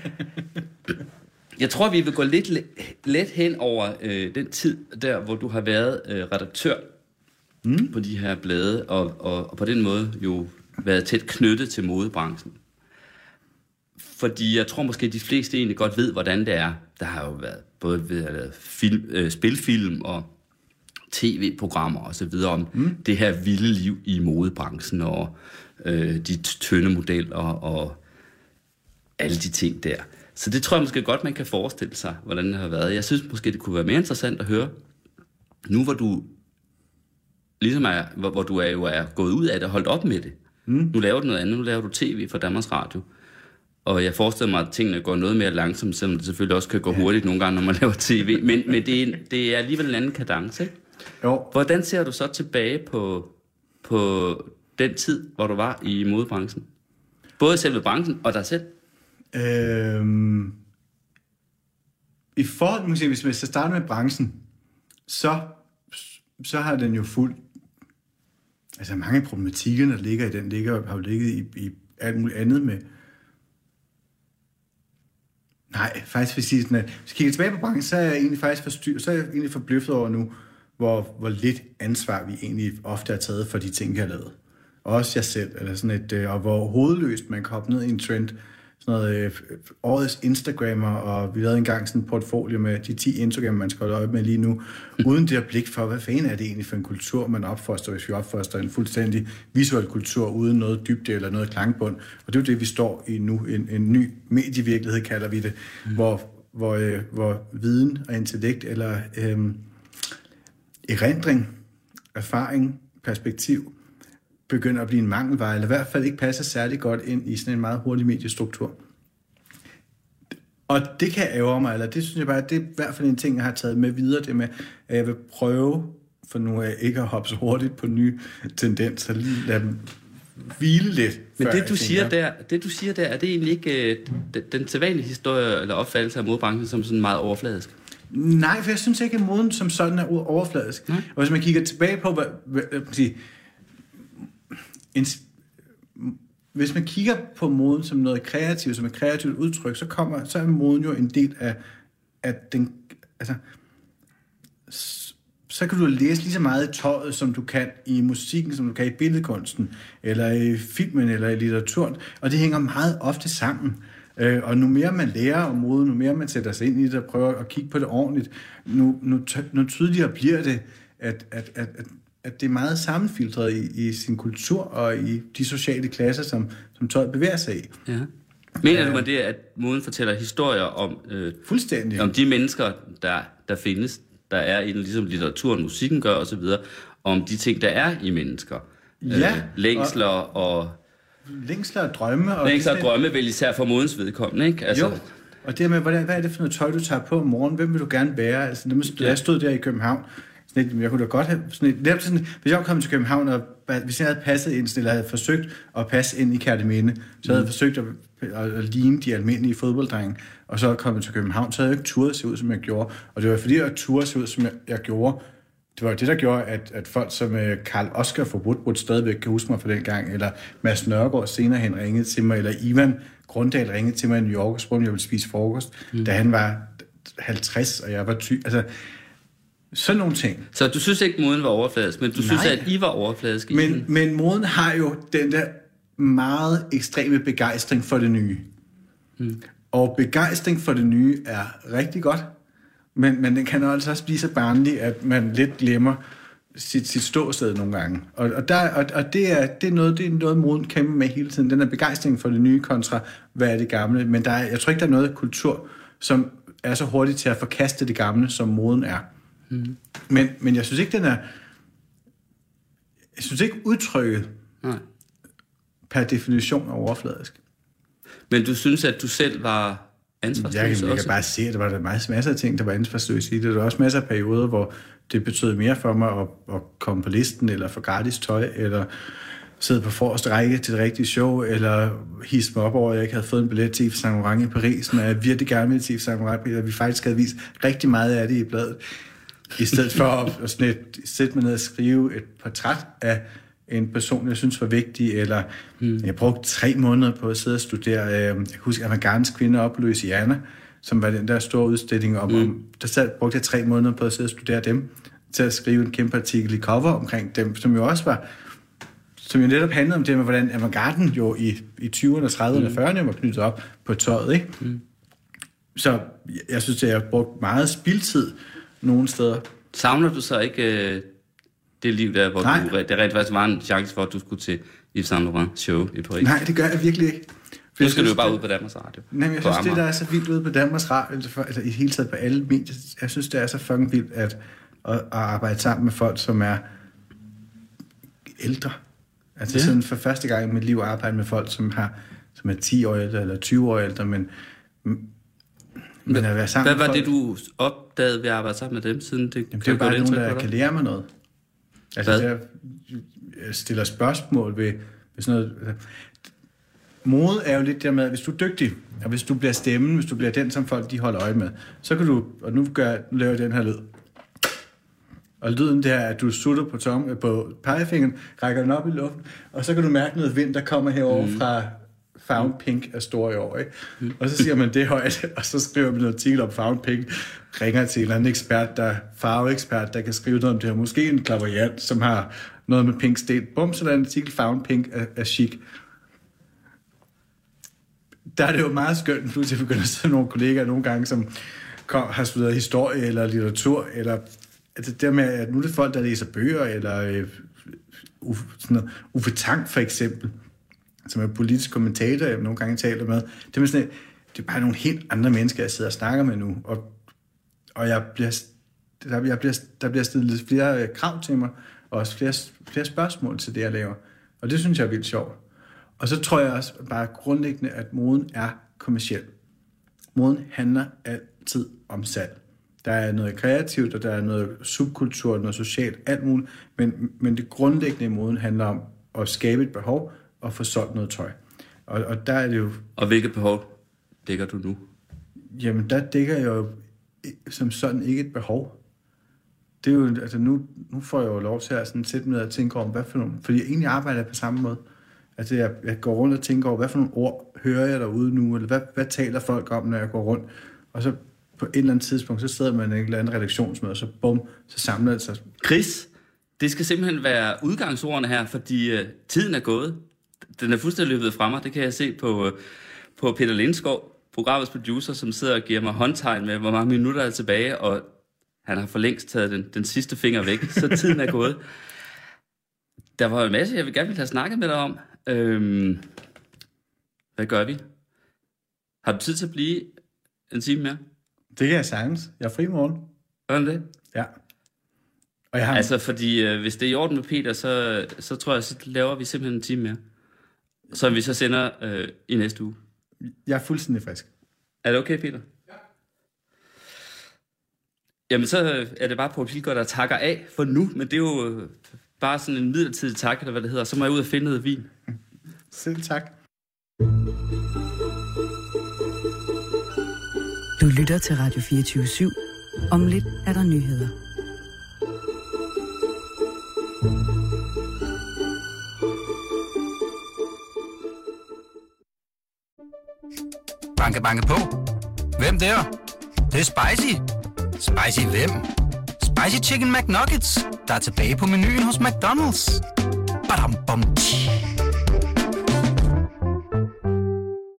Jeg tror, vi vil gå lidt let hen over øh, den tid, der hvor du har været øh, redaktør mm. på de her blade, og, og, og på den måde jo været tæt knyttet til modebranchen. Fordi jeg tror måske, de fleste egentlig godt ved, hvordan det er. Der har jo været både ved film, øh, spilfilm og tv-programmer og så videre om mm. det her vilde liv i modebranchen og øh, de tynde modeller og alle de ting der. Så det tror jeg måske godt, man kan forestille sig, hvordan det har været. Jeg synes måske, det kunne være mere interessant at høre, nu hvor du ligesom er, hvor, hvor du er, jo er gået ud af det og holdt op med det. Mm. Nu laver du noget andet, nu laver du tv for Danmarks Radio. Og jeg forestiller mig, at tingene går noget mere langsomt, selvom det selvfølgelig også kan gå hurtigt nogle gange, når man laver tv. Men, men det, er, det er alligevel en anden kadence, ikke? Jo. Hvordan ser du så tilbage på, på den tid, hvor du var i modebranchen? Både selve branchen og dig selv? Øhm, I forhold, måske, hvis man skal starte med branchen, så, så har den jo fuldt... Altså mange af problematikkerne, der ligger i den, ligger, har jo ligget i, i alt muligt andet med... Nej, faktisk vil sige sådan, at hvis jeg kigger tilbage på branchen, så er jeg egentlig faktisk forstyr, så er jeg egentlig forbløffet over nu, hvor, hvor lidt ansvar vi egentlig ofte har taget for de ting, jeg har lavet. Også jeg selv, eller sådan et, og hvor hovedløst man kan hoppe ned i en trend. Sådan noget øh, årets Instagrammer, og vi lavede engang sådan en portfolio med de ti Instagrammer, man skal holde øje med lige nu, uden det her blik for, hvad fanden er det egentlig for en kultur, man opfoster, hvis vi opfoster en fuldstændig visuel kultur, uden noget dybde eller noget klangbund. Og det er jo det, vi står i nu. En, en ny medievirkelighed, kalder vi det, mm. hvor, hvor, øh, hvor viden og intellekt, eller øh, erindring, erfaring, perspektiv, begynder at blive en mangelvare, eller i hvert fald ikke passer særlig godt ind i sådan en meget hurtig mediestruktur. Og det kan ærge mig, eller det synes jeg bare, det er i hvert fald en ting, jeg har taget med videre, det med, at jeg vil prøve, for nu er jeg ikke at hoppe så hurtigt på nye tendenser, lige lade dem hvile lidt. Men det du, siger der, det du siger der, er det egentlig ikke øh, den, den sædvanlige historie eller opfattelse af modebranchen som sådan meget overfladisk? Nej, for jeg synes ikke, at moden som sådan er overfladisk. Mm. Og hvis man kigger tilbage på, hvad, hvad, hvad sige, en, hvis man kigger på moden som noget kreativt, som et kreativt udtryk, så kommer så er moden jo en del af, af den, altså, så kan du læse lige så meget i tøjet, som du kan i musikken, som du kan i billedkunsten, eller i filmen, eller i litteraturen, og det hænger meget ofte sammen. Og nu mere man lærer om mode, nu mere man sætter sig ind i det og prøver at kigge på det ordentligt, nu, nu, nu tydeligere bliver det, at, at, at, at at det er meget sammenfiltret i, i sin kultur og i de sociale klasser, som, som tøjet bevæger sig i. Ja. Mener du med det, at moden fortæller historier om, øh, fuldstændig. om de mennesker, der, der findes, der er i ligesom litteraturen, musikken gør osv., om de ting, der er i mennesker? Ja, øh, længsler og... og længsler og drømme. Og længsler og drømme, vel især for modens vedkommende, ikke? Altså, jo, og det med, hvordan, hvad er det for noget tøj, du tager på om morgenen? Hvem vil du gerne være? Altså, når ja. jeg stod der i København, sådan et, jeg kunne da godt have... Sådan et, sådan, hvis jeg var kommet til København, og hvis jeg havde passet ind, eller havde forsøgt at passe ind i Kærteminde, så havde jeg forsøgt at, at, at ligne de almindelige fodbolddrenge, og så kommet til København, så havde jeg ikke turet se ud, som jeg gjorde. Og det var fordi, jeg turde se ud, som jeg, jeg gjorde. Det var det, der gjorde, at, at folk som Karl Oscar fra Woodwood stadigvæk kan huske mig fra den gang, eller Mads Nørgaard senere hen ringede til mig, eller Ivan Grundal ringede til mig i New York og spurgte, om jeg ville spise frokost, mm. da han var halvtreds, og jeg var tyve. Altså, sådan nogle ting. Så du synes ikke, moden var overfladisk, men du Nej. synes, at I var overfladisk? Men, men moden har jo den der meget ekstreme begejstring for det nye. Mm. Og begejstring for det nye er rigtig godt, men, men den kan altså også blive så barnlig, at man lidt glemmer sit, sit ståsted nogle gange. Og, og, der, og, og det, er, det, er noget, det er noget, moden kæmper med hele tiden. Den er begejstring for det nye kontra, hvad er det gamle. Men der er, jeg tror ikke, der er noget kultur, som er så hurtigt til at forkaste det gamle, som moden er. Mm. Men, men jeg synes ikke, den er... Jeg synes ikke, udtrykket Nej. per definition er overfladisk. Men du synes, at du selv var ansvarsløs jeg, også? Jeg kan bare se, at der var der masser af ting, der var ansvarsløse i det. Der var også masser af perioder, hvor det betød mere for mig at, at komme på listen, eller få gratis tøj, eller sidde på forreste række til det rigtige show, eller hisse mig op over, at jeg ikke havde fået en billet til Yves Saint Laurent i Paris, men jeg virkelig gerne ville til Yves Saint Laurent, og vi faktisk havde vist rigtig meget af det i bladet. I stedet for at, at sådan et, sætte mig ned og skrive et portræt af en person, jeg synes var vigtig, eller hmm. jeg brugte tre måneder på at sidde og studere. Jeg kan huske Avantgardens kvinder op på Louisiana, som var den der store udstilling om, hmm. om der sad, brugte jeg tre måneder på at sidde og studere dem, til at skrive en kæmpe artikel i Cover omkring dem, som jo også var, som jo netop handlede om det med, hvordan Avantgarden jo i, i tyverne, trediverne og hmm. fyrrerne var knyttet op på tøjet, ikke? Hmm. Så jeg synes, at jeg har brugt meget spildtid nogle steder. Savner du så ikke øh, det liv der, hvor Nej. du, der rent faktisk var en chance for, at du skulle til Yves Saint Laurent show i Paris? Nej, det gør jeg virkelig ikke. Nu skal du jo bare ud på Danmarks Radio. Nej, men jeg synes, det der er så vildt ude på Danmarks Radio, altså i hele taget på alle medier, jeg synes, det er så fucking vildt at, at, at arbejde sammen med folk, som er ældre. Altså ja. Sådan for første gang i mit liv arbejde med folk, som, har, som er ti år ældre eller tyve år ældre, men... Men at være sammen Hvad var folk, det, du opdagede ved at arbejde sammen med dem, siden det... Jamen, det er jo bare nogen, der kan lære mig noget. Altså, Hvad? der, jeg stiller spørgsmål ved, ved sådan noget... Altså, mode er jo lidt der med, at hvis du er dygtig, og hvis du bliver stemmen, hvis du bliver den, som folk de holder øje med, så kan du... Og nu, gør, nu laver jeg den her lyd. Og lyden der, at du sutter på, tom, på pegefingeren, rækker den op i luften, og så kan du mærke noget vind, der kommer herover mm. fra... Found Pink er stor i år, ikke? Mm. Og så siger man det højt, og så skriver man noget artikel om Found Pink, ringer til en eller anden ekspert, der farveekspert, der kan skrive noget om det her. Måske en klaverjant, som har noget med pink sten. Bum, så der er en artikel, Found Pink er, er chic. Der er det jo meget skønt, pludselig begynder at sidde nogle kollegaer nogle gange, som kom, har studeret historie eller litteratur, eller altså det der med, at nu er det folk, der læser bøger, eller øh, uf, sådan noget, Uffe Tang for eksempel, som er politisk kommentator, jeg nogle gange taler med. Det er, sådan, det er bare nogle helt andre mennesker, jeg sidder og snakker med nu. Og, og jeg bliver, der, jeg bliver, der bliver stillet lidt flere krav til mig, og også flere, flere spørgsmål til det, jeg laver. Og det synes jeg er vildt sjovt. Og så tror jeg også bare grundlæggende, at moden er kommerciel. Moden handler altid om salg. Der er noget kreativt, og der er noget subkultur, noget socialt, alt muligt. Men, men det grundlæggende i moden handler om at skabe et behov, og få solgt noget tøj. Og, og der er det jo... Og hvilket behov dækker du nu? Jamen, der dækker jeg jo som sådan ikke et behov. Det er jo... Altså, nu, nu får jeg jo lov til at sådan sætte mig ned og tænke over, hvad for nogle... Fordi jeg egentlig arbejder på samme måde. Altså, jeg, jeg går rundt og tænker over, hvad for nogle ord hører jeg derude nu, eller hvad, hvad taler folk om, når jeg går rundt? Og så på et eller andet tidspunkt, så sidder man i en eller anden redaktionsmøde, og så bum, så samler det sig. Chris, det skal simpelthen være udgangsordene her, fordi uh, tiden er gået. Den er fuldstændig løbet fra mig. Det kan jeg se på, på Peter Lindskov, programmets producer, som sidder og giver mig håndtegn med, hvor mange minutter er tilbage, og han har for længst taget den, den sidste finger væk, så tiden er gået. Der var en masse, jeg vil gerne ville have snakket med dig om. Øhm, hvad gør vi? Har du tid til at blive en time mere? Det kan jeg sagtens. Jeg er fri i morgen. Gør du det? Ja. Og jeg har... Altså, fordi øh, hvis det er i orden med Peter, så, så tror jeg, så laver vi simpelthen en time mere. Som vi så sender øh, i næste uge. Jeg er fuldstændig frisk. Er det okay, Peter? Ja. Jamen, så er det bare Poul Pilgaard, der takker af for nu, men det er jo øh, bare sådan en midlertidig tak, eller hvad det hedder. Så må jeg ud og finde noget vin. Selv tak. Du lytter til Radio fireogtyve syv. Om lidt er der nyheder. Banke, banke på. Hvem der? Det, det er spicy. Spicy hvem? Spicy Chicken McNuggets, der er tilbage på menuen hos McDonald's. Badum, bom, tji.